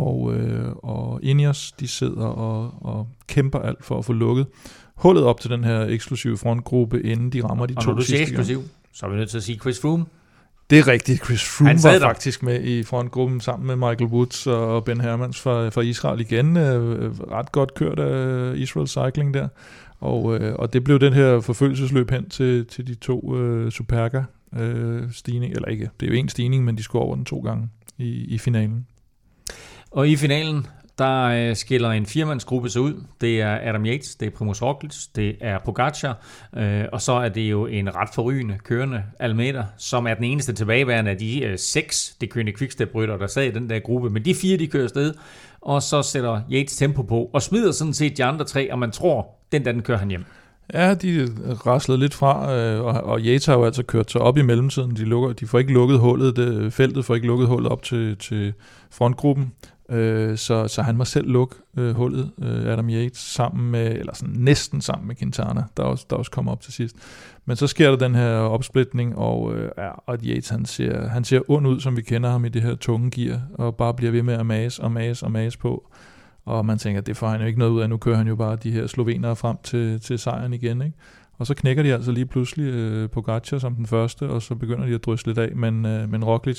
og Ineos, de sidder og kæmper alt for at få lukket hullet op til den her eksklusive frontgruppe, inden de rammer de 2 sidste. Og når du siger eksklusiv, så er vi nødt til at sige Chris Froome. Det er rigtigt. Chris Froome var faktisk med i frontgruppen sammen med Michael Woods og Ben Hermans fra Israel igen. Ret godt kørt af Israel Cycling der. Og det blev den her forfølgelsesløb hen til de 2 Superga stigning, eller ikke. Det er jo en stigning, men de skulle over den 2 gange i finalen. Og i finalen, der skiller en 4-mandsgruppe sig ud. Det er Adam Yates, det er Primož Roglič, det er Pogacar, og så er det jo en ret forrygende kørende Almeida, som er den eneste tilbageværende af de 6 det König Quickstep-rytter, der sad i den der gruppe. Men de 4, de kører afsted, og så sætter Yates tempo på, og smider sådan set de andre 3, og man tror, den kører han hjem. Ja, de raslede lidt fra, og Yates har jo altså kørt sig op i mellemtiden. De får ikke lukket hullet, feltet får ikke lukket hullet op til frontgruppen. Så han må selv lukke hullet, Adam Yates, sammen med, eller sådan næsten sammen med Quintana, der også kommer op til sidst. Men så sker der den her opsplitning, og Yates, han ser ond ud, som vi kender ham i det her tunge gear, og bare bliver ved med at mase på. Og man tænker, det får han jo ikke noget ud af, nu kører han jo bare de her slovenere frem til sejren igen, ikke? Og så knækker de altså lige pludselig Pogacar som den første, og så begynder de at drysse lidt af, men Roglič,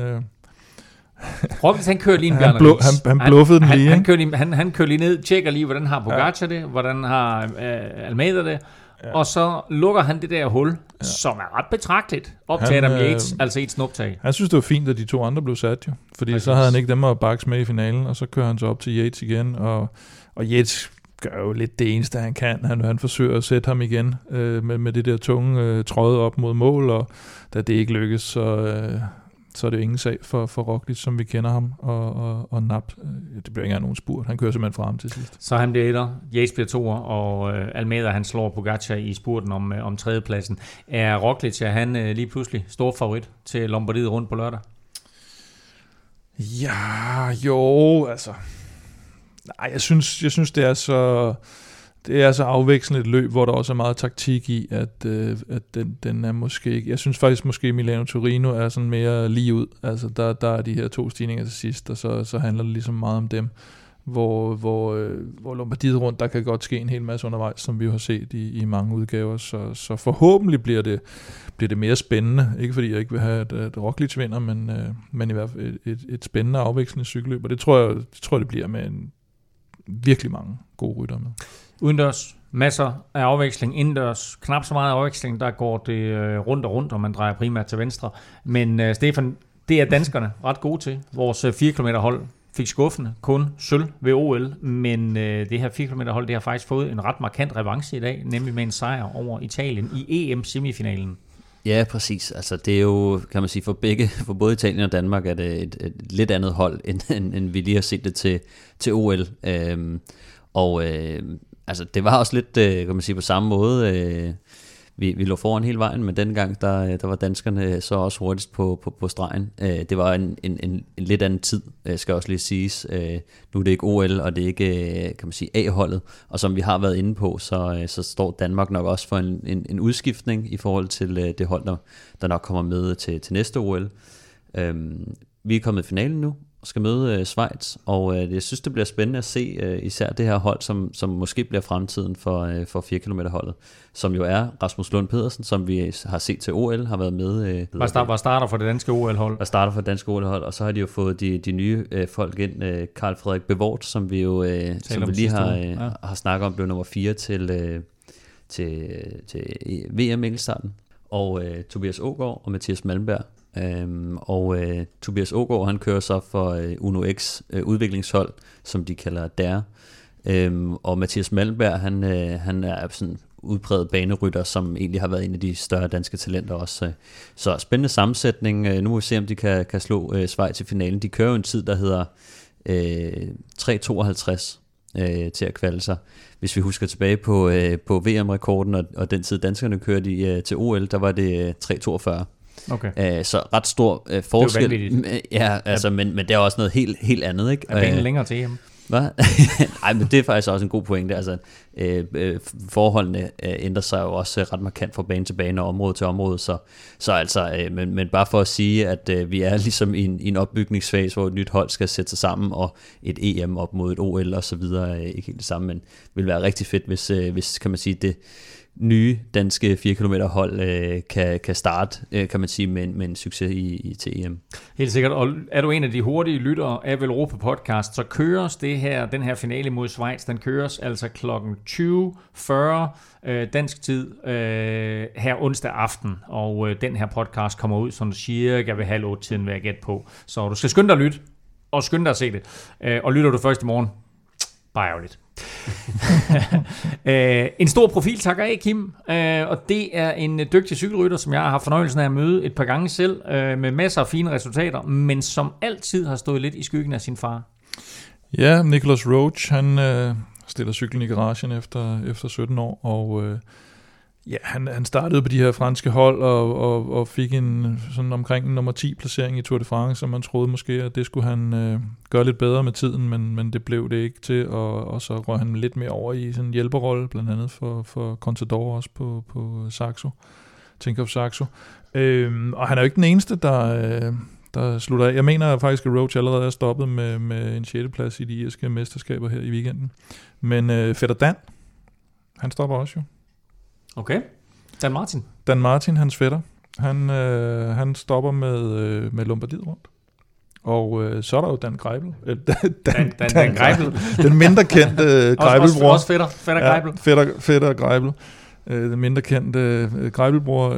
Roglič, han kører lige en Bjarne Riis. Han bluffede den lige. Han kører lige ned, tjekker lige, hvordan har Pogacar det, hvordan har Almeida det, og så lukker han det der hul, som er ret betragteligt, op til Adam Yates, altså et snuptag. Han synes, det var fint, at de 2 andre blev sat jo, fordi så havde han ikke dem at bakse med i finalen, og så kører han så op til Yates igen, og Yates gør jo lidt det eneste, han kan. Han forsøger at sætte ham igen med det der tunge tråde op mod mål, og da det ikke lykkes, så er det jo ingen sag for Roglič, som vi kender ham, og Nap, det bliver ikke engang nogen spurt. Han kører simpelthen fra ham til sidst. Så han bliver etter, Yates bliver toer, og Almeida, han slår Pogacar i spurten om tredjepladsen. Er Roglič, han lige pludselig stor favorit til Lombardiet Rundt på lørdag? Ja, jo, altså. Nej, jeg synes det er så afvekslende et løb, hvor der også er meget taktik i, at den er måske ikke. Jeg synes faktisk måske Milano Torino er sådan mere lige ud. Altså der er de her 2 stigninger til sidst, og så handler det ligesom meget om dem. Hvor Lombardiet Rundt, der kan godt ske en hel masse undervejs, som vi jo har set i mange udgaver. Så forhåbentlig bliver det mere spændende. Ikke fordi jeg ikke vil have, at Roglič vinder, men i hvert fald et spændende afvekslende cykelløb. Og det tror jeg, det bliver med en virkelig mange gode rytter med. Udendørs, masser af afveksling. Indendørs, knap så meget afveksling. Der går det rundt, og man drejer primært til venstre. Men Stefan, det er danskerne ret gode til. Vores 4 km hold fik skuffende kun sølv ved OL, men det her 4 km hold, det har faktisk fået en ret markant revanche i dag, nemlig med en sejr over Italien i EM-semifinalen. Ja, præcis. Altså det er jo, kan man sige, for både Italien og Danmark er det et lidt andet hold, end vi lige har set det til OL. Altså det var også lidt, kan man sige, på samme måde vi lå foran hele vejen, men dengang, der var danskerne så også hurtigst på stregen. Det var en lidt anden tid, skal også lige siges. Nu er det ikke OL, og det er ikke, kan man sige, A-holdet, og som vi har været inde på, så står Danmark nok også for en udskiftning i forhold til det hold, der nok kommer med til næste OL. Vi er kommet i finalen nu, og skal møde Schweiz, og jeg synes, det bliver spændende at se især det her hold, som måske bliver fremtiden for 4 km holdet, som jo er Rasmus Lund Pedersen, som vi har set til OL, har været med. Hvad starter for det danske OL-hold? Hvad starter for det danske OL-hold, og så har de jo fået de nye folk ind, Carl Frederik Bevort, som vi jo som vi lige har snakket om, blev nummer 4 til VM-enkeltstarten, og Tobias Aagaard og Mathias Malmberg. Tobias Aagaard, han kører så for Uno X udviklingshold, som de kalder DER. Og Mathias Malmberg, han er sådan udpræget banerytter, som egentlig har været en af de større danske talenter også. Så spændende sammensætning. Nu må vi se, om de kan slå Schweiz i finalen. De kører jo en tid, der hedder 3.52 til at kvalde sig. Hvis vi husker tilbage på VM-rekorden, og den tid danskerne kørte til OL, der var det 3.42. Okay. Så ret stor forskel. Det er jo ja, altså, men det er også noget helt andet, ikke? Er banen længere til EM? Hvad? Nej, men det er faktisk også en god pointe. Altså, forholdene ændrer sig jo også ret markant fra bane til bane og område til område. Så altså, men bare for at sige, at vi er ligesom i en opbygningsfase, hvor et nyt hold skal sætte sig sammen, og et EM op mod et OL og så videre, ikke helt det samme, men vil være rigtig fedt, hvis kan man sige, det nye danske 4 km hold kan starte, kan man sige, med en succes til EM. Helt sikkert, og er du en af de hurtige lyttere af Velropa Podcast, så køres den her finale mod Schweiz, den køres altså kl. 20.40 dansk tid her onsdag aften, og den her podcast kommer ud sådan cirka ved 7:30, vil jeg gætte på. Så du skal skynde dig at lytte, og skynde dig at se det. Og lytter du først i morgen, bare ærgerligt. En stor profil takker af, Kim, og det er en dygtig cykelrytter, som jeg har haft fornøjelsen af at møde et par gange selv, med masser af fine resultater, men som altid har stået lidt i skyggen af sin far. Ja, Nicholas Roach, han stiller cyklen i garagen efter 17 år, og ja, han startede på de her franske hold og fik en sådan omkring en nummer 10 placering i Tour de France, som man troede måske, at det skulle han gøre lidt bedre med tiden, men det blev det ikke til, og så røg han lidt mere over i sådan en hjælperrolle, blandt andet for Contador også på Saxo, Tinkoff Saxo. Og han er jo ikke den eneste, der slutter af. Jeg mener faktisk, at Roach allerede er stoppet med en 6. plads i de irske mesterskaber her i weekenden. Men Fætter Dan, han stopper også jo. Okay. Dan Martin, hans fætter, han stopper med Lombardiet rundt. Og så er der jo Dan Greipel. Dan Greipel. Den mindre kendte Greipelbror. Også fætter Greipel. Fætter Greipel. Den mindre kendte Greipelbror,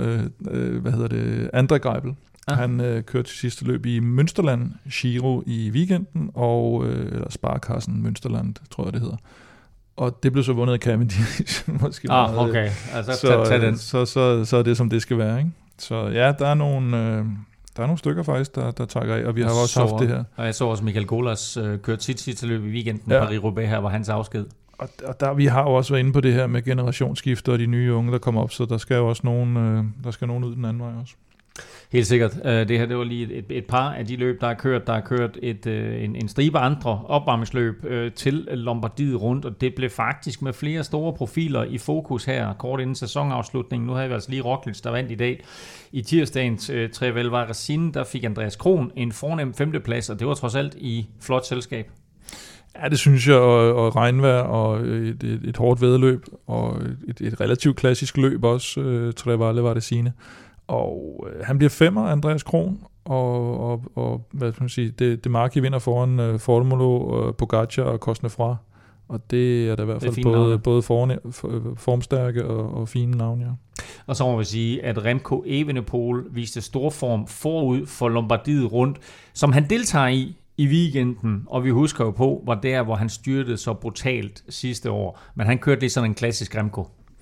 André Greipel. Han kørte til sidste løb i Münsterland Giro i weekenden, eller Sparkassen Münsterland, tror jeg det hedder. Og det blev så vundet af Cavendish. Måske okay. Altså, tag den. Så er det, som det skal være, ikke? Så ja, der er nogle stykker faktisk, der takker af, og vi har også haft det her. Og jeg så også Michael Golas kørte sit sidste løb i weekenden. Ja. Paris-Roubaix her var hans afsked. Og der, vi har jo også været inde på det her med generationsskifter og de nye unge, der kommer op, så der skal jo også nogen ud den anden vej også. Helt sikkert. Det her, det var lige et par af de løb, der er kørt en stribe andre opvarmningsløb til Lombardiet rundt, og det blev faktisk med flere store profiler i fokus her, kort inden sæsonafslutningen. Nu havde vi altså lige Roglic, der vandt i dag. I tirsdagens Trevel Varesin, der fik Andreas Kron en fornem 5. plads, og det var trods alt i flot selskab. Ja, det synes jeg, og regnvejr og et hårdt væddeløb, og et relativt klassisk løb også, Trevalle Varesine. Og han bliver 5'er, Andreas Kron, og hvad skal man sige, det Marchi vinder foran Formolo, Pogacar og Cosnefroid. Og det er da i hvert fald både formstærke og fine navne, ja. Og så må vi sige, at Remco Evenepoel viste stor form forud for Lombardiet rundt, som han deltager i weekenden, og vi husker jo på, var der, hvor han styrtede så brutalt sidste år. Men han kørte lige sådan en klassisk Remco.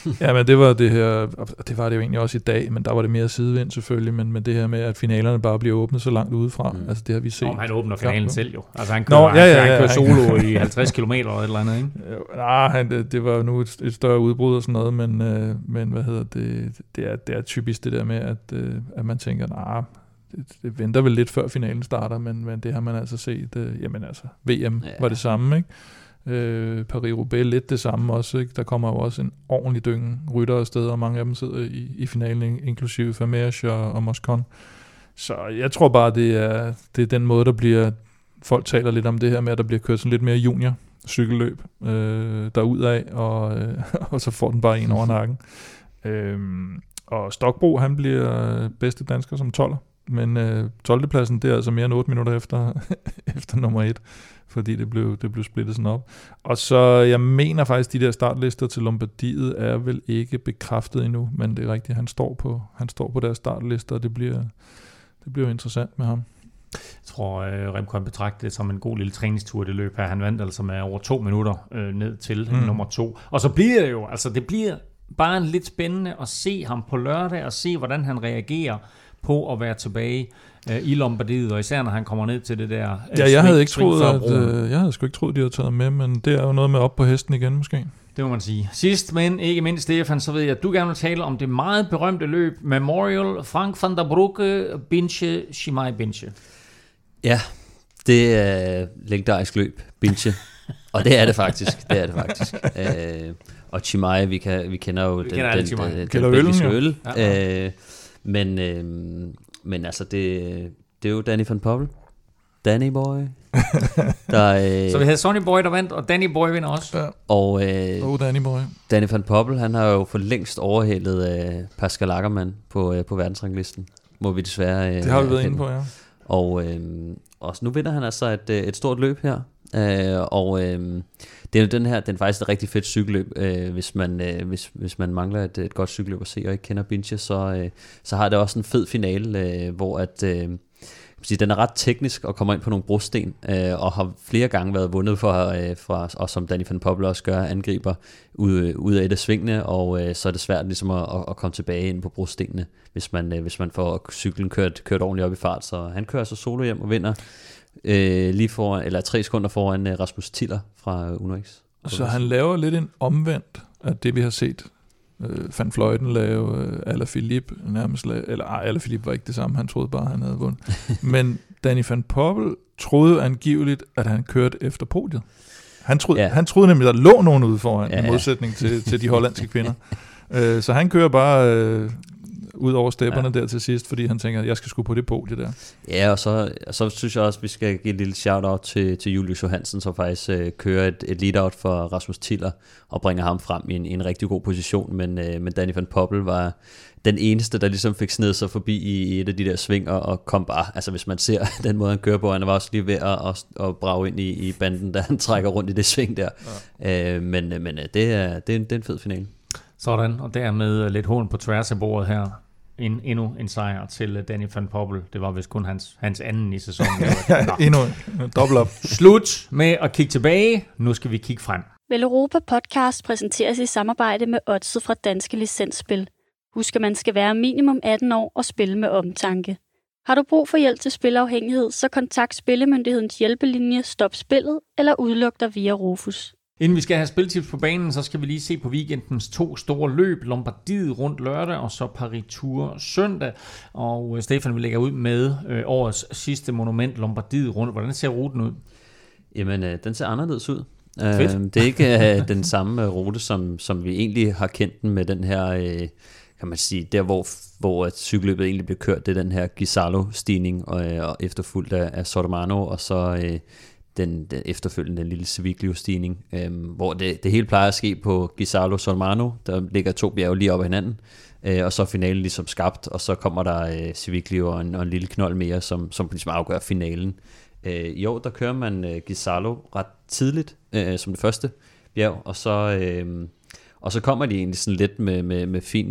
Ja, men det var det her, det var det jo egentlig også i dag, men der var det mere sidevind selvfølgelig, men det her med, at finalerne bare bliver åbnet så langt udefra, altså det har vi set. Han åbner finalen selv jo. Altså han kører solo i 50 km eller et eller andet, ikke? Nej, det var nu et større udbrud og sådan noget, men hvad hedder det, det er typisk det der med, at man tænker, det venter vel lidt før finalen starter, men det har man altså set, jamen altså, VM var det samme, ikke? Paris-Roubaix lidt det samme også, ikke? Der kommer jo også en ordentlig dynge rytter afsted, og mange af dem sidder i finalen, inklusive Vermeersch og Moscon. Så jeg tror bare, det er den måde, der bliver, folk taler lidt om det her med, at der bliver kørt sådan lidt mere junior cykelløb derudad, og så får den bare en over nakken. Og Stokbro, han bliver bedste dansker som 12'er, men 12. pladsen, det er altså mere end 8 minutter efter nummer 1, fordi det blev splittet sådan op. Og så, jeg mener faktisk, de der startlister til Lombardiet er vel ikke bekræftet endnu, men det er rigtigt, han står på deres startlister, og det bliver interessant med ham. Jeg tror, Remco betragter det som en god lille træningstur, det løb her. Han vandt altså med over 2 minutter ned til nummer 2. Og så bliver det jo, altså det bliver bare lidt spændende at se ham på lørdag, og se, hvordan han reagerer på at være tilbage i Lombardiet, og især når han kommer ned til det der jeg havde sgu ikke troet, de havde taget med, men det er jo noget med op på hesten igen måske. Det må man sige. Sidst, men ikke mindst, Stefan, så ved jeg, at du gerne vil tale om det meget berømte løb Memorial Frank van der Broeke Binche Chimay Binche. Ja, det er legendarisk løb, Binche. Og det er det faktisk. Og Chimay, vi kender jo den belgiske øl. Men altså, det er jo Danny van Poppel. Danny Boy. Så vi havde Sonny Boy, der vandt, og Danny Boy vinder også. Ja. Og Danny Boy. Danny van Poppel, han har jo for længst overhældet Pascal Ackermann på verdensranglisten. Må vi desværre... det har vi været inde på, ja. Og nu vinder han altså et stort løb her. Det er jo den er faktisk et rigtig fedt cykelløb. Hvis man mangler et godt cykelløb at se og ikke kender Binche, så har det også en fed finale, hvor den er ret teknisk og kommer ind på nogle brosten, og har flere gange været vundet fra og som Danny van Poppel også gør, angriber ud af et af svingene, og så er det svært ligesom at komme tilbage ind på brostenene, hvis man får cyklen kørt ordentligt op i fart. Så han kører så solo hjem og vinder lige foran, eller 3 sekunder foran Rasmus Tiller fra UNOX. Så han laver lidt en omvendt af det, vi har set Van Vleuten lave, Alaphilippe nærmest eller Alaphilippe var ikke det samme, han troede bare, han havde vundet. Men Danny van Poppel troede angiveligt, at han kørte efter podiet. Han troede nemlig, at der lå nogen ude foran, i modsætning til de hollandske kvinder. Så han kører bare ud over stepperne der til sidst, fordi han tænker, at jeg skal sgu på det podie der. Ja, og så synes jeg også, at vi skal give et lille shout-out til Julius Johansen, som faktisk kører et lead-out for Rasmus Tiller, og bringer ham frem i en rigtig god position, men Danny van Poppel var den eneste, der ligesom fik snedet sig forbi i et af de der sving, og kom bare, altså hvis man ser den måde, han kører på, han var også lige ved at brage ind i banden, da han trækker rundt i det sving der. Ja. Men det er en fed finale. Sådan, og dermed lidt hån på tværs af bordet her. Endnu en sejr til Danny van Poppel. Det var vist kun hans anden i sæsonen. Endnu en dobbelt op. Slut med at kigge tilbage. Nu skal vi kigge frem. Vel Europa Podcast præsenteres i samarbejde med Oddset fra Danske Licensspil. Husk, at man skal være minimum 18 år og spille med omtanke. Har du brug for hjælp til spilafhængighed, så kontakt Spillemyndighedens hjælpelinje Stop Spillet eller udluk dig via Rufus. Inden vi skal have spiltips på banen, så skal vi lige se på weekendens 2 store løb. Lombardiet rundt lørdag, og så Paris Tour søndag. Og Stefan, vi lægger ud med årets sidste monument, Lombardiet rundt. Hvordan ser ruten ud? Jamen, den ser anderledes ud. Det er ikke den samme rute, som vi egentlig har kendt den med den her, kan man sige, der hvor cykelløbet egentlig blev kørt. Det er den her Ghisallo-stigning, og efterfulgt af Sordomano, og så den efterfølgende lille Civiglio-stigning, hvor det hele plejer at ske på Ghisallo-Sordomano. Der ligger 2 bjerge lige op ad hinanden, og så er finalen ligesom skabt, og så kommer der Civiglio og en lille knold mere, som ligesom afgør finalen. I år, der kører man Ghisallo ret tidligt, som det første bjerg, og så kommer de egentlig sådan lidt med fin,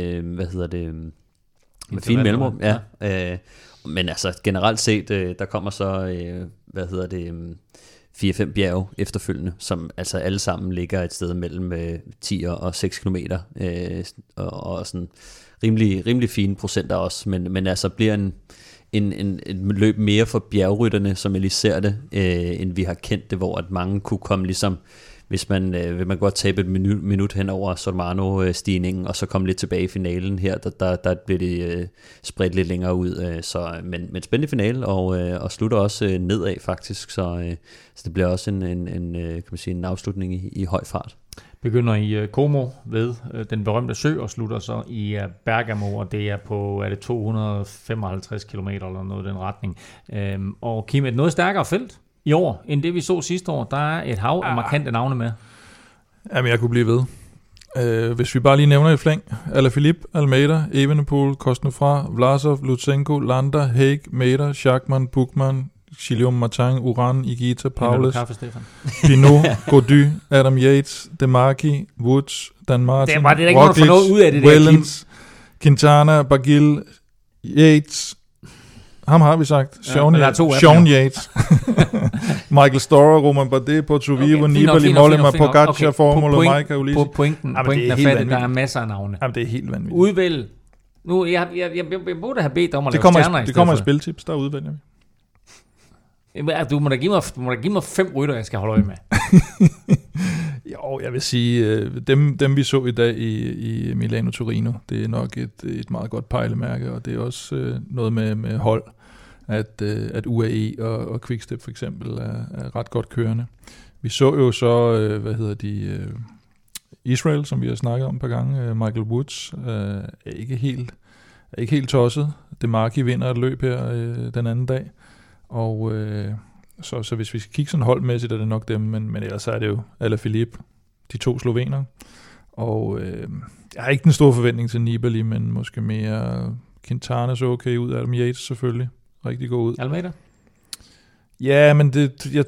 med fin mellemrum, ja. Men altså generelt set, der kommer så, 4-5 bjerge efterfølgende, som altså alle sammen ligger et sted mellem 10 og 6 kilometer, og sådan rimelig fine procenter også, men altså bliver en løb mere for bjergrytterne, som jeg lige ser det, end vi har kendt det, hvor at mange kunne komme ligesom, hvis man vil man godt tabe et minut hen over Sormano-stigningen, og så komme lidt tilbage i finalen her, der bliver det spredt lidt længere ud, men spændende finale, og slutter også nedad faktisk, så det bliver også kan man sige, en afslutning i høj fart. Begynder i Como ved den berømte sø, og slutter så i Bergamo, og det er på 255 km eller noget i den retning. Og Kim, et noget stærkere felt i år, end det vi så sidste år. Der er et hav af markante navne med. Jamen, jeg kunne blive ved. Hvis vi bare lige nævner i flæng: Alaphilippe, Almeida, Evenepoel, Kostnefra, Vlasov, Lutsenko, Landa, Haig, Mader, Schachmann, Buchmann, Guillaume Martin, Uran, Higuita, Paulus, Pinot, Gaudu, Adam Yates, Demarchi, Woods, Dan Martin, Roglic, Wellens, Quintana, Barguil, Yates. Ham har vi sagt. Sean Yates. Michael Storer, Romain Bardet, Porto Vivo, Nibali, Mollema, Pogacar, Formula, Maika, Ulisses. Pointen er fattigt, der er masser af navne. Jamen, det er helt vanvittigt. Udvælg. Nu, jeg burde have bedt om at lave stjerner. Det kommer i spiltips, der udvælger vi. Du må da give mig 5 rytter, jeg skal holde øje med. Jo, jeg vil sige, dem vi så i dag i Milano Torino, det er nok et meget godt pejlemærke, og det er også noget med hold, at UAE og Quickstep for eksempel er ret godt kørende. Vi så jo så, Israel, som vi har snakket om et par gange, Michael Woods, er ikke helt tosset. Demarchi vinder et løb her den anden dag. Og så hvis vi skal kigge sådan holdmæssigt, er det nok dem, men ellers er det jo Alaphilippe, de 2 slovener. Og jeg har ikke den store forventning til Nibali, men måske mere Quintana så okay ud. Adam Yates selvfølgelig rigtig god ud. Almeida? Ja, men jeg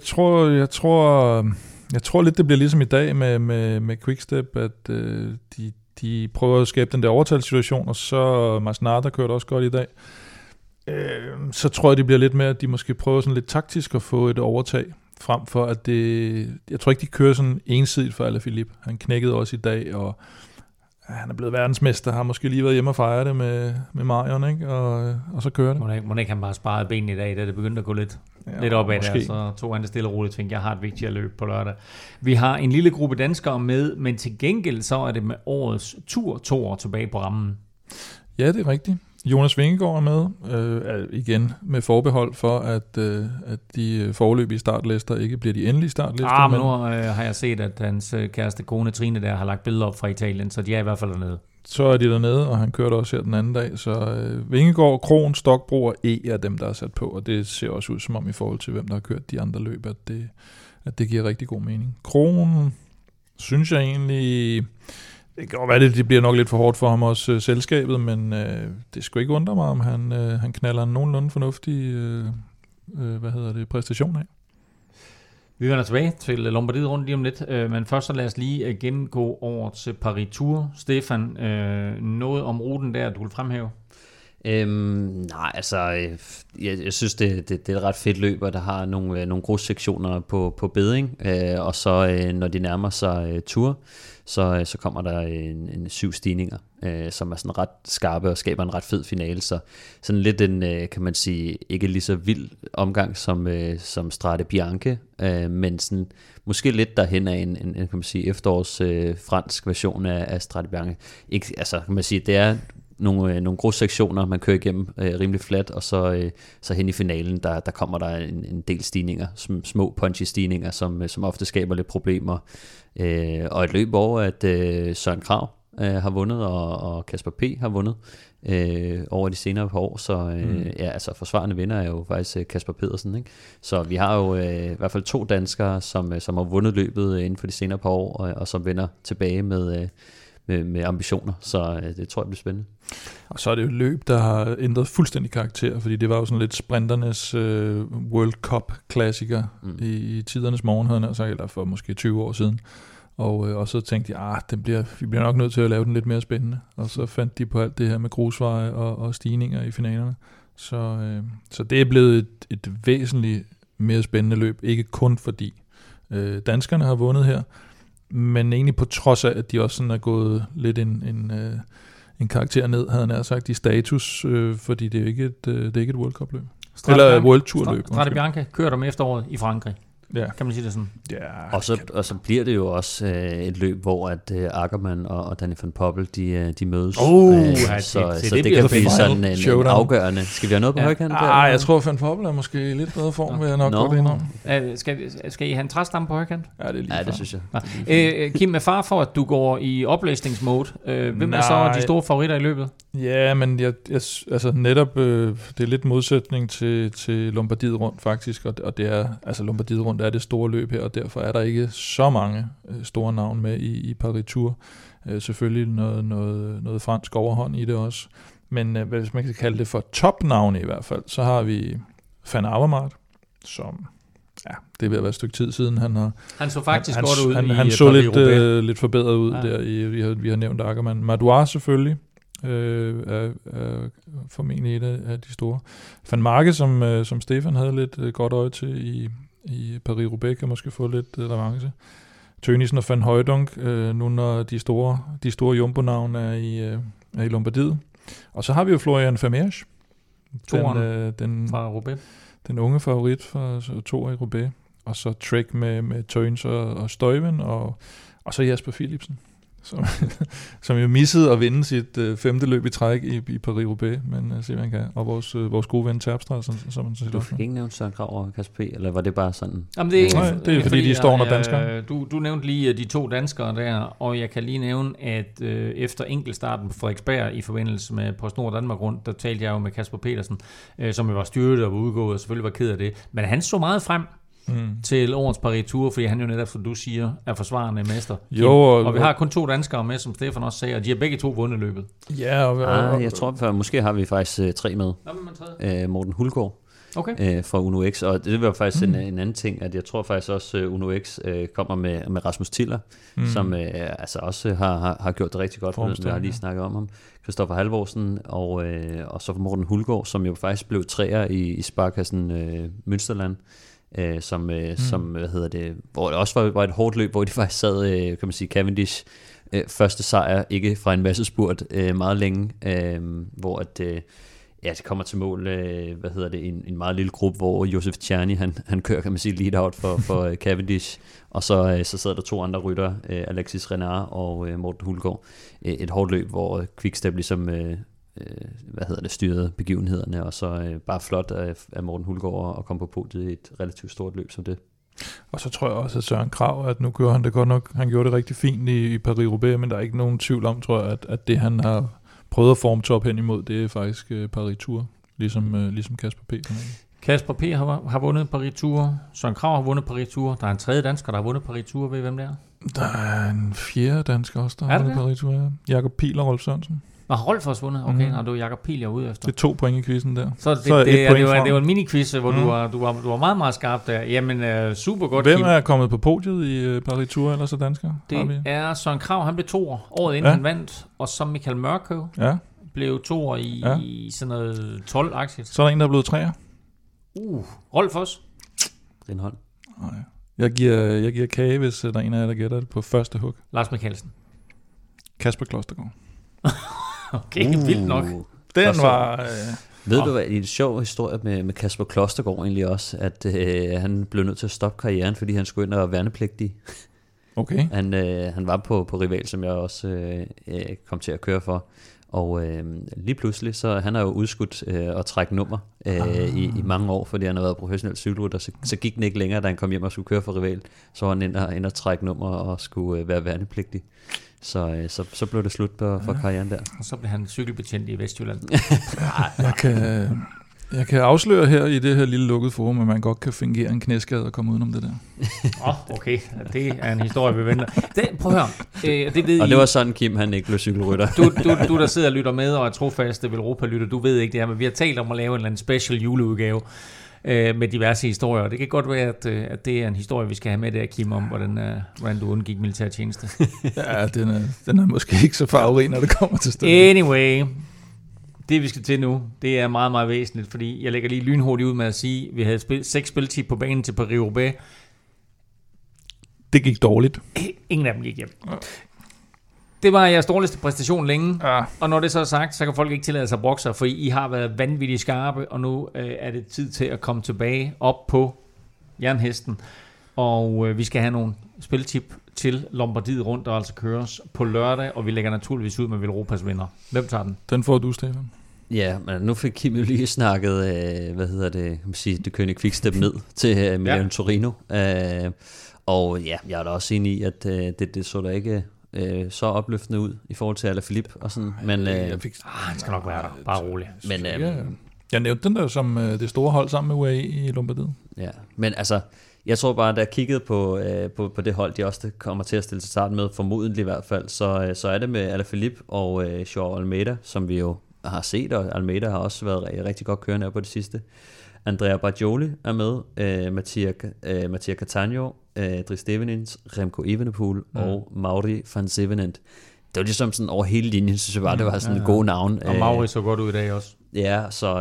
tror lidt, det bliver ligesom i dag med Quickstep, at de prøver at skabe den der overtalssituation, og så Masnada, der kørte også godt i dag. Så tror jeg, det bliver lidt mere, at de måske prøver sådan lidt taktisk at få et overtag, frem for at jeg tror ikke, de kører sådan ensidigt for Alaphilippe. Han knækkede også i dag, og han er blevet verdensmester, har måske lige været hjemme og fejre det med Marion, ikke? Og så kører det. Må ikke han bare sparede benene i dag, da det begyndte at gå lidt opad der, så tog han det stille og roligt, tænkte, jeg har et vigtigt løb på lørdag. Vi har en lille gruppe danskere med, men til gengæld så er det med årets tur 2 år tilbage på rammen. Ja, det er rigtigt. Jonas Vingegaard er med, igen med forbehold for, at de foreløbige startlister ikke bliver de endelige startlister. Men nu har jeg set, at hans kæreste kone Trine der har lagt billeder op fra Italien, så de er i hvert fald dernede. Så er de dernede, og han kørte også her den anden dag. Så Vingegaard, Kron, Stokbro og E er dem, der er sat på, og det ser også ud som om i forhold til, hvem der har kørt de andre løb, at det giver rigtig god mening. Kron synes jeg egentlig... Det kan jo være, det bliver nok lidt for hårdt for ham også, selskabet, men det skulle ikke undre mig, om han knaller en nogenlunde fornuftig præstation af. Vi vender tilbage til Lombardiet rundt lige om lidt, men først så lad os lige gennemgå over til Paris Tour. Stefan, noget om ruten der, du vil fremhæve? Nej, altså, jeg synes, det er et ret fedt løb, og der har nogle grussektioner på beding, og så når de nærmer sig Tour, så kommer der en 7 stigninger, som er sådan ret skarpe og skaber en ret fed finale, så sådan lidt en, kan man sige, ikke lige så vild omgang som Strade Bianche, men sådan måske lidt derhen af en kan man sige, efterårs fransk version af Strade Bianche. Ikke, altså kan man sige, det er nogle grussektioner, man kører igennem rimelig flat, og så hen i finalen, der kommer der en del stigninger, små punchy stigninger, som ofte skaber lidt problemer. Og et løb over, at Søren Kragh har vundet, og Kasper P. har vundet over de senere par år, så ja, altså forsvarende vinder er jo faktisk Kasper Pedersen, ikke? Så vi har jo i hvert fald 2 danskere, som har vundet løbet inden for de senere par år, og som vender tilbage med ambitioner, så det tror jeg bliver spændende. Og så er det jo et løb, der har ændret fuldstændig karakter, fordi det var jo sådan lidt sprinternes World Cup-klassiker i tidernes morgen, havde han sagt, eller for måske 20 år siden. Og så tænkte jeg, vi bliver nok nødt til at lave den lidt mere spændende. Og så fandt de på alt det her med grusveje og stigninger i finalerne. Så det er blevet et væsentligt mere spændende løb. Ikke kun fordi danskerne har vundet her, men egentlig på trods af, at de også sådan er gået lidt en karakter ned, havde han sagt, i status, fordi det er ikke et World Cup løb. Eller World Tour løb. Strade Bianche kører om efteråret i Frankrig. Ja. Kan man sige det sådan? Ja, og så bliver det jo også et løb, hvor at Ackermann og Danny van Poppel, de mødes. Så det kan blive sådan en afgørende. Skal vi have noget på højkant? Jeg tror, Van Poppel er måske i lidt bedre form, vil jeg nok godt indrømme. Skal I have en træstamme på højkant? Ja, det er lige det synes jeg. Kim, med far for, at du går i oplæsningsmode, hvem er så de store favoritter i løbet? Ja, men jeg altså netop, det er lidt modsætning til Lombardiet rundt faktisk, og det er, altså Lombardiet rundt er det store løb her, og derfor er der ikke så mange store navn med i Paris Tour. Selvfølgelig noget fransk overhånd i det også. Men hvis man kan kalde det for topnavne i hvert fald, så har vi Van Avermaet, som det er ved at være et stykke tid siden. Han så faktisk godt ud i han så lidt forbedret ud der. Vi har nævnt Ackermann. Madouas selvfølgelig. Er formentlig et af de store. Van Marke, som Stefan havde lidt godt øje til i Paris-Roubaix, kan måske få lidt revanche. Tønissen og Van Hooijdonk, nu når de store jumbo-navn er i Lombardiet. Og så har vi jo Florian Vermeersch, den fra Roubaix. Den unge favorit fra Tour i Roubaix. Og så Trek med Tøns og Stuyven, og så Jasper Philipsen. Som jo missede at vinde sit 5. løb i træk i Paris-Roubaix, men se hvad han kan. Og vores gode ven Terpstra, som man siger. Du fik ikke nævnt Søren Kragh og Kasper P., eller var det bare sådan? Jamen, det er fordi de står under danskere. Du nævnte lige de 2 danskere der, og jeg kan lige nævne, at efter enkeltstarten på Frederiksberg i forbindelse med PostNord Danmark rundt, der talte jeg jo med Kasper Petersen, som jo var styret og var udgået, og selvfølgelig var ked af det. Men han så meget frem til årets Paris Tour, fordi han jo netop, som du siger, er forsvarende mester. Og vi har kun 2 danskere med, som Stefan også sagde, og de har begge 2 vundet løbet. Ja, jeg tror, måske har vi faktisk 3 med. Morten Hulgaard fra Uno X, og det var faktisk en anden ting, at jeg tror faktisk også, Uno X kommer med Rasmus Tiller, som altså også har gjort det rigtig godt, vi har lige snakket om ham. Christoffer Halvorsen, og så Morten Hulgaard, som jo faktisk blev 3'er i Sparkassen Münsterland, som hvad hedder det, hvor det også var et hårdt løb, hvor de faktisk sad, kan man sige, Cavendish første sejr, ikke fra en masse spurt meget længe, hvor at det kommer til mål, hvad hedder det, en meget lille gruppe, hvor Josef Tjerni, han kører, kan man sige, lead out for Cavendish, og så sidder der 2 andre rytter, Alexis Renard og Morten Hulgaard. Et hårdt løb, hvor Quickstep ligesom styrede begivenhederne, og så bare flot af Morten Hulgaard at komme på podiet i et relativt stort løb som det. Og så tror jeg også, at Søren Kragh, at nu gjorde han det godt nok, han gjorde det rigtig fint i Paris-Roubaix, men der er ikke nogen tvivl om, tror jeg, at det han har prøvet at forme top hen imod, det er faktisk Paris Tour, ligesom Kasper P. Kasper P. har vundet Paris Tour, Søren Kragh har vundet Paris Tour, der er en 3. dansker, der har vundet Paris Tour, ved I, hvem det er? Der er en 4. dansker også, der har vundet Paris Tour, ja. Jakob Pihl og Rolf Sørensen. Rolf også vundet? Okay, og du er Jakob Pihl, jeg er ude efter. Det er 2 point i quizzen der. Så det var en mini-quiz, hvor du var meget, meget skarp der. Jamen, super godt. Hvem er kommet på podiet i Paris Tour, eller så dansker? Det er Søren Kragh, han blev 2'er året inden han vandt, og så Michael Mørkøv blev 2'er i sådan noget 12-aktier. Så er der en, der er blevet 3'er. Rolf også. Den hånd. Jeg giver kage, hvis der er en af jer, der gætter det på første hug. Lars Mikkelsen. Kasper Klostergaard. Okay, vildt nok. Den var... Ved du hvad, en sjov historie med Kasper Klostergaard egentlig også, at han blev nødt til at stoppe karrieren, fordi han skulle ind og være værnepligtig. Okay. Han var på rival, som jeg også kom til at køre for. Og lige pludselig, så han har jo udskudt at trække nummer i mange år, fordi han har været professionel cykelrytter, så gik den ikke længere, da han kom hjem og skulle køre for rival. Så var han ind og trække nummer og skulle være værnepligtig. Så blev det slut for karrieren der. Og så blev han cykelbetjent i Vestjylland. Jeg kan afsløre her i det her lille lukkede forum, at man godt kan fingere en knæskade og komme udenom det der. Okay. Det er en historie, vi venter. Prøv at høre. Det var sådan, Kim, han ikke blev cykelrytter. Du der sidder og lytter med og er trofaste Velropa-lytter, du ved ikke det her, men vi har talt om at lave en eller anden special juleudgave med diverse historier. Det kan godt være, at det er en historie, vi skal have med der, Kim, om hvordan du undgik militærtjeneste. Ja, den er måske ikke så farverig, når det kommer til stedet. Anyway, Det vi skal til nu, det er meget, meget væsentligt, fordi jeg lægger lige lynhurtigt ud med at sige, at vi havde 6 spiltip på banen til Paris-Roubaix. Det gik dårligt. Ingen af dem gik hjem. Det var jeres dårligste præstation længe, og når det så er sagt, så kan folk ikke tillade sig at brokke sig, for I har været vanvittigt skarpe, og nu er det tid til at komme tilbage op på jernhesten, og vi skal have nogle spiltip til Lombardiet rundt, der altså køres på lørdag, og vi lægger naturligvis ud med Velropas vinder. Hvem tager den? Den får du, Stefan. Ja, men nu fik Kim jo lige snakket, det König Quickstep ned til Milano Torino. Og ja, jeg er da også enig i, at det så da ikke så opløftende ud i forhold til Alaphilippe og sådan. Men han skal nok være der, bare roligt. Men jeg nævnte den der som det store hold sammen med UAE i Lombardiet. Ja, men altså, jeg tror bare, da jeg kiggede på det hold, de også kommer til at stille til start med, formodentlig i hvert fald, så er det med Alaphilippe og Joao Almeida, som vi jo har set, og Almeida har også været rigtig godt kørende her på det sidste. Andrea Bargioli er med, Mattia Cattaneo, Dries Stevenins, Remco Evenepoel og Mauri van Zevenent. Det var ligesom sådan over hele linjen, synes jeg bare, det var sådan en god navn. Og Mauri så godt ud i dag også. Ja,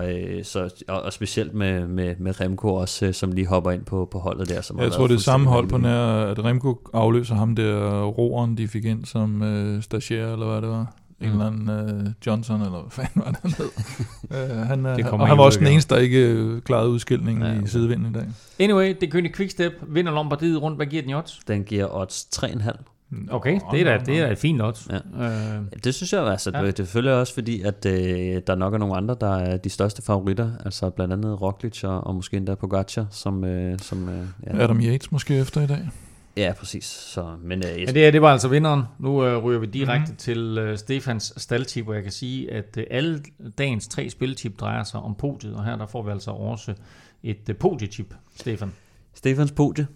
og specielt med Remco også, som lige hopper ind på holdet der. Som jeg tror, det er samme hold på nær, at Remco afløser ham der roeren, de fik ind som stagiaire, eller hvad det var. En eller anden Johnson, eller hvad fanden var det hed. Han var også den eneste, der ikke klarede udskilningen i sidevinden i dag. Anyway, det König Quickstep vinder Lombardiet rundt. Hvad giver den i odds? Den giver odds 3,5. Okay, det er et fint odds. Ja. Det synes jeg altså, det følger også, fordi at der nok er nogle andre, der er de største favoritter, altså blandt andet Roglic og måske endda Pogacar, som Adam Yates måske efter i dag. Ja, præcis. Så, men det var altså vinderen. Nu ryger vi direkte til Stefans staldtip, hvor jeg kan sige, at alle dagens 3 spiltip drejer sig om podiet, og her der får vi altså også et podietip, Stefan. Stefans podie.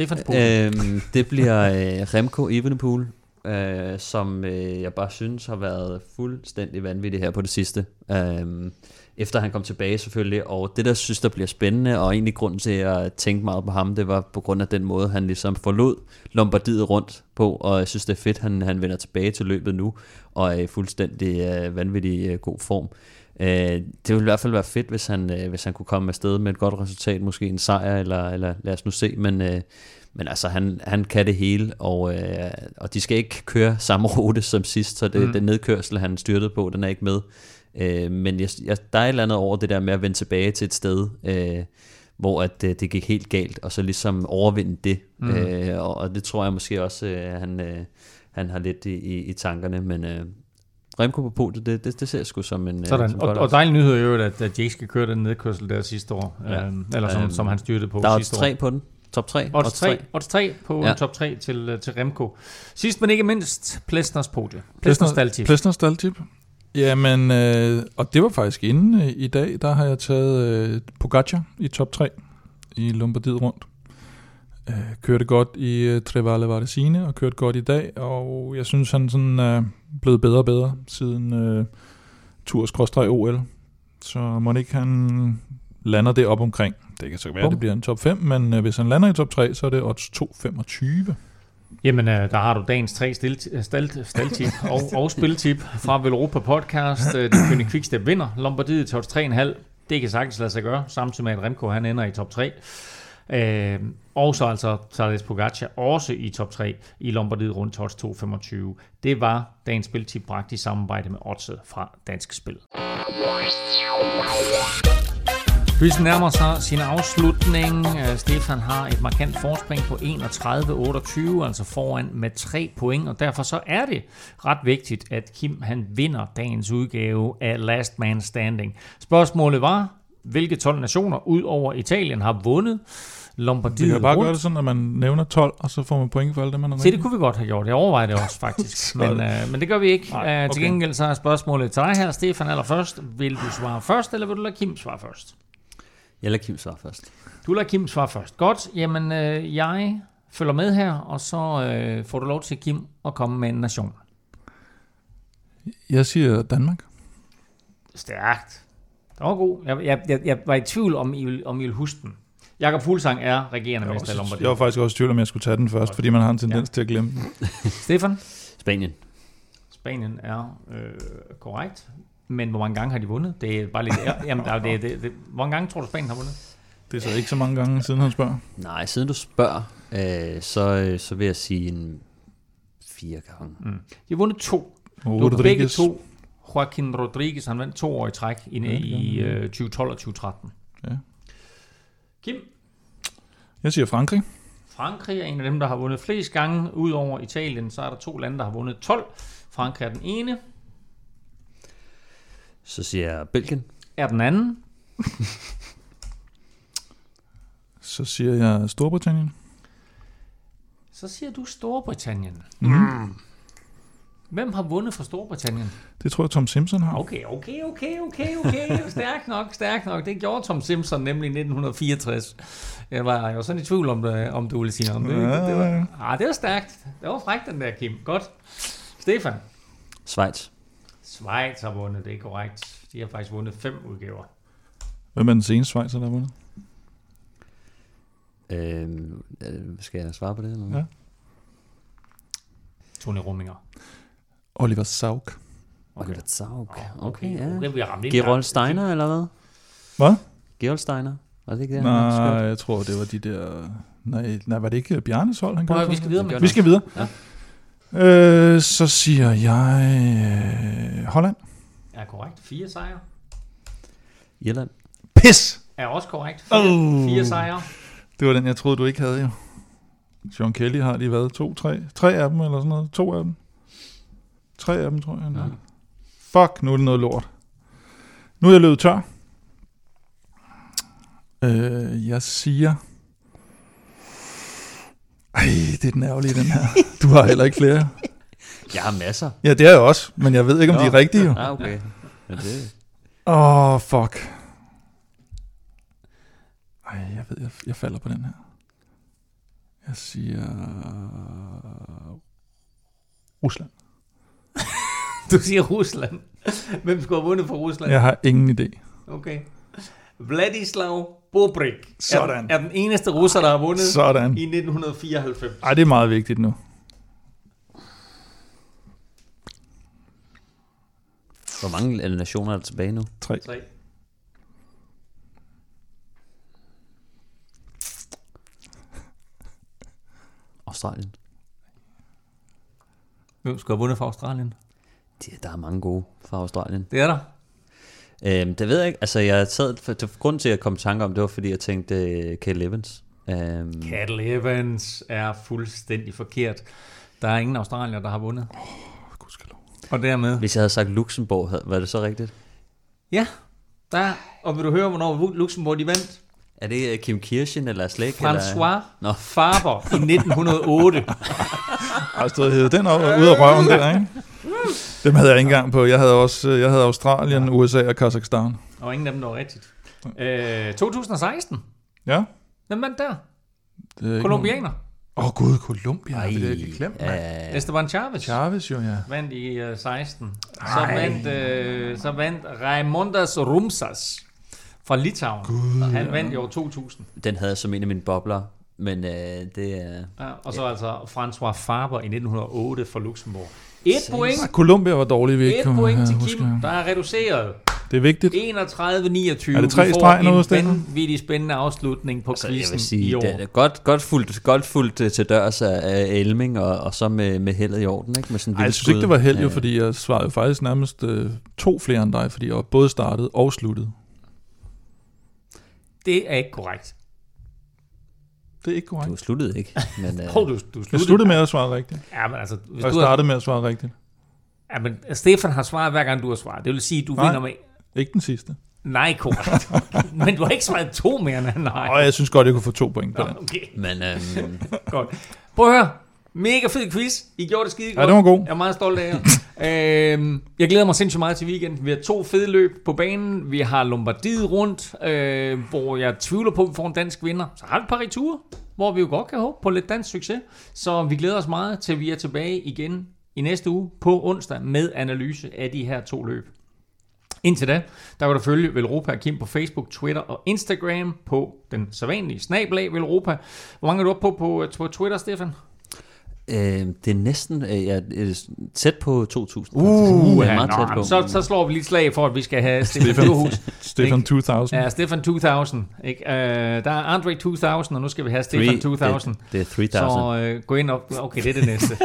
Det bliver Remco Evenepoel, som jeg bare synes har været fuldstændig vanvittig her på det sidste. Efter han kom tilbage selvfølgelig, og det der synes der bliver spændende, og egentlig grunden til at tænke meget på ham, det var på grund af den måde han ligesom forlod Lombardiet rundt på, og jeg synes det er fedt, han vender tilbage til løbet nu, og er i fuldstændig vanvittig god form. Det ville i hvert fald være fedt, hvis han kunne komme afsted med et godt resultat, måske en sejr, eller lad os nu se, men altså han kan det hele, og de skal ikke køre samme rute som sidst, så den nedkørsel han styrtede på, den er ikke med. Men der er et eller andet over det der med at vende tilbage til et sted, hvor at det gik helt galt, og så ligesom overvinde det. Og det tror jeg måske også, han har lidt i tankerne, men Remco på podiet, det ser jeg sgu som en... Sådan, som og dejlig nyhed er jo, at Jake skal køre den nedkørsel der sidste år, eller som han styrte på sidste år. Der er 3 på den. Top 3. Odds 3 på top 3 til Remco. Sidst men ikke mindst, Plesners podie. Plesners staldtip. Jamen, og det var faktisk inden i dag, der har jeg taget Pogacar i top 3 i Lombardiet rundt. Kørte godt i Trevale Varesine og kørte godt i dag, og jeg synes, han sådan er blevet bedre og bedre siden Tour/OL. Så må ikke han lander det op omkring. Det kan så være, det bliver en top 5, men hvis han lander i top 3, så er det odds 2,25. Jamen, der har du dagens 3 staldtip og spiltip fra Velropa Podcast. Det König Quickstep vinder Lombardiet til odds 3,5. Det kan sagtens lade sig gøre, samtidig med at Remco han ender i top 3. Og så altså Tadej Pogacar også i top 3 i Lombardiet rundt til odds 2,25. Det var dagens spiltip bragt i samarbejde med Oddset fra Dansk Spil. Quizzen nærmer sig sin afslutning. Stefan har et markant forspring på 31-28, altså foran med 3 point, og derfor så er det ret vigtigt, at Kim han vinder dagens udgave af Last Man Standing. Spørgsmålet var, hvilke 12 nationer ud over Italien har vundet Lombardiet rundt? Vi kan bare gøre det sådan, at man nævner 12, og så får man point for alt det, man har rigtigt. Se, det kunne vi godt have gjort. Jeg overvejer det også faktisk. men det gør vi ikke. Nej, okay. Til gengæld så er spørgsmålet til dig her, Stefan, allerførst. Vil du svare først, eller vil du lade Kim svare først? Jeg lader Kim svare først. Du lader Kim svare først. Godt, jamen jeg følger med her, og så får du lov til, Kim, at komme med en nation. Jeg siger Danmark. Stærkt. Det var god. Jeg var i tvivl om I vil huske den. Jakob Fuglsang er regerende mester i Lombardiet. Jeg var faktisk også i tvivl om jeg skulle tage den først, fordi man har en tendens til at glemme den. Stefan? Spanien. Spanien er korrekt. Men hvor mange gange har de vundet? Det er bare lidt... Jamen, hvor mange gange tror du, Spanien har vundet? Det er så ikke så mange gange, siden han spørger. Nej, siden du spørger, så vil jeg sige en 4 gange. De har vundet 2. Begge 2. Joaquin Rodriguez, han vandt 2 år i træk i 2012 og 2013. Ja. Kim? Jeg siger Frankrig. Frankrig er en af dem, der har vundet flest gange. Udover Italien, så er der 2 lande, der har vundet 12. Frankrig er den ene. Så siger jeg Belgien. Er den anden. Så siger jeg Storbritannien. Så siger du Storbritannien. Hvem har vundet for Storbritannien? Det tror jeg, Tom Simpson har. Okay. Stærk nok. Det gjorde Tom Simpson nemlig i 1964. Jeg var jo sådan i tvivl om du ville sige noget om det. Det var stærkt. Det var frækt, den der, Kim. Godt. Stefan? Schweiz. Schweiz har vundet, det er korrekt. De har faktisk vundet 5 udgaver. Hvem er den seneste Schweizer, der har vundet? Skal jeg svare på det? Eller? Ja. Tony Rominger. Oliver Saug. Oliver Saug. Okay, ja. Okay, vi har ramt Gerold Steiner, eller hvad? Hvad? Gerold Steiner. Var det ikke det? Nej, jeg tror, det var de der... Nej, var det ikke Bjarnes hold, han gjorde? Vi skal videre. Vi skal videre. Ja. Så siger jeg... Holland. Er korrekt. 4 sejre. Irland. Pis! Er også korrekt. 4 sejre. Det var den, jeg troede, du ikke havde jo. Sean Kelly har de været 2, 3 af dem, eller sådan noget. 2 af dem. 3 af dem, tror jeg. Ja. Fuck, nu er det noget lort. Nu er jeg løbet tør. Jeg siger... Ej, det er den ærgerlige, den her. Du har heller ikke flere. Jeg har masser. Ja, det er jeg også, men jeg ved ikke, om de er rigtige. Jo. Okay. Ja, det... Fuck. Ej, jeg ved, jeg falder på den her. Jeg siger... Rusland. Du siger Rusland. Hvem skulle have vundet for Rusland? Jeg har ingen idé. Okay. Vladislav Bobrik Sådan. Er den eneste russer, der har vundet Sådan. i 1994. Ej, det er meget vigtigt nu. Hvor mange nationer er der tilbage nu? 3. Australien. Hvem skulle have vundet for Australien? Der er mange gode fra Australien. Det er der. Det ved jeg ikke. Altså, jeg sad... Grunden til, at jeg kom i tanke om, det var, fordi jeg tænkte Cadel Evans. Cadel Evans er fuldstændig forkert. Der er ingen australier, der har vundet. Gudskelov. Og dermed... Hvis jeg havde sagt Luxembourg, var det så rigtigt? Ja. Og vil du høre, hvornår Luxembourg de vandt? Er det Kim Kirchen eller Slæk? François Faber i 1908. Har stået og hævet den op ud af røven der, ikke? Dem havde jeg ikke engang på. Jeg havde Australien, USA og Kazakhstan. Og ingen af dem, der var rigtigt. 2016. Ja. Hvem vandt der? Kolumbianer. Gud, Colombia. Det er ikke glemt, mand. Esteban Chavez. Chavez jo, ja. Vandt i 16. Så vandt Raimondas Rumsas fra Litauen. Han vandt i år 2000. Den havde jeg som en af mine bobler, men det er... Ja, og så altså François Faber i 1908 for Luxembourg. 1 point. Colombia var dårlig, vi ikke 1 point til Kim, der er reduceret. Det er vigtigt. 31-29. Er det 3 streg noget, Stefan? En vanvittig spændende afslutning på quizzen i år. Det er godt fuldt til dørs af Elming, og så med heldet i orden, ikke? Med sådan jeg synes ikke, det var held, jo, fordi jeg svarede faktisk nærmest 2 flere end dig, fordi jeg både startede og sluttede. Det er ikke korrekt. Det er ikke korrekt. Du sluttede ikke. Men, jeg sluttede med at svare rigtigt. Ja, men altså, og jeg startede med at svare rigtigt. Ja, men Stefan har svaret hver gang du har svaret. Det vil sige, at du vinder med... Ikke den sidste. Nej, korrekt. Men du har ikke svaret 2 mere end han har. Jeg synes godt, jeg kunne få 2 point på den. Okay. Men, godt. Prøv at høre. Mega fed quiz. I gjorde det skide godt. Ja, det var god. Jeg er meget stolt af jer. Jeg glæder mig sindssygt meget til weekenden. Vi har 2 fede løb på banen. Vi har Lombardiet rundt, hvor jeg tvivler på, at vi får en dansk vinder. Så har vi Paris-Tours, hvor vi jo godt kan håbe på lidt dansk succes. Så vi glæder os meget til, vi er tilbage igen i næste uge på onsdag med analyse af de her 2 løb. Indtil da, der kan du følge Velropa og Kim på Facebook, Twitter og Instagram på den sædvanlige @Velropa. Hvor mange er du oppe på Twitter, Stefan? Det er næsten tæt på 2000. Meget tæt på. Så slår vi lige slag for, at vi skal have Stefan Djurhus. Stefan 2000. Ja, Stefan 2000. Ikke? Der er Andre 2000, og nu skal vi have Stefan 2000. Det er 3000. Så gå ind og... Okay, det er det næste.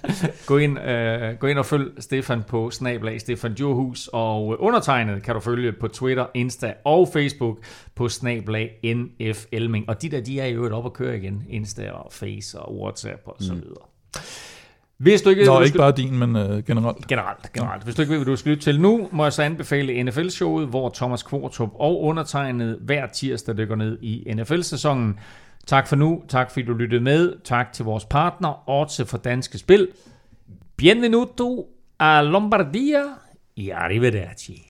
gå ind og følg Stefan på / Stefan Djurhus, og undertegnet kan du følge på Twitter, Insta og Facebook på / NF Elming. Og de er jo op at køre igen. Insta og Face og WhatsApp og så videre. Hvis du ikke ved, ikke bare din, men generelt. Generelt. Hvis du ikke ved, hvad du skal lytte til nu, må jeg så anbefale NFL-showet, hvor Thomas Kvartrup og undertegnet hver tirsdag dykker ned i NFL-sæsonen. Tak for nu. Tak fordi du lyttede med. Tak til vores partner, Odds for Danske Spil. Bienvenuto a Lombardia. E arrivederci.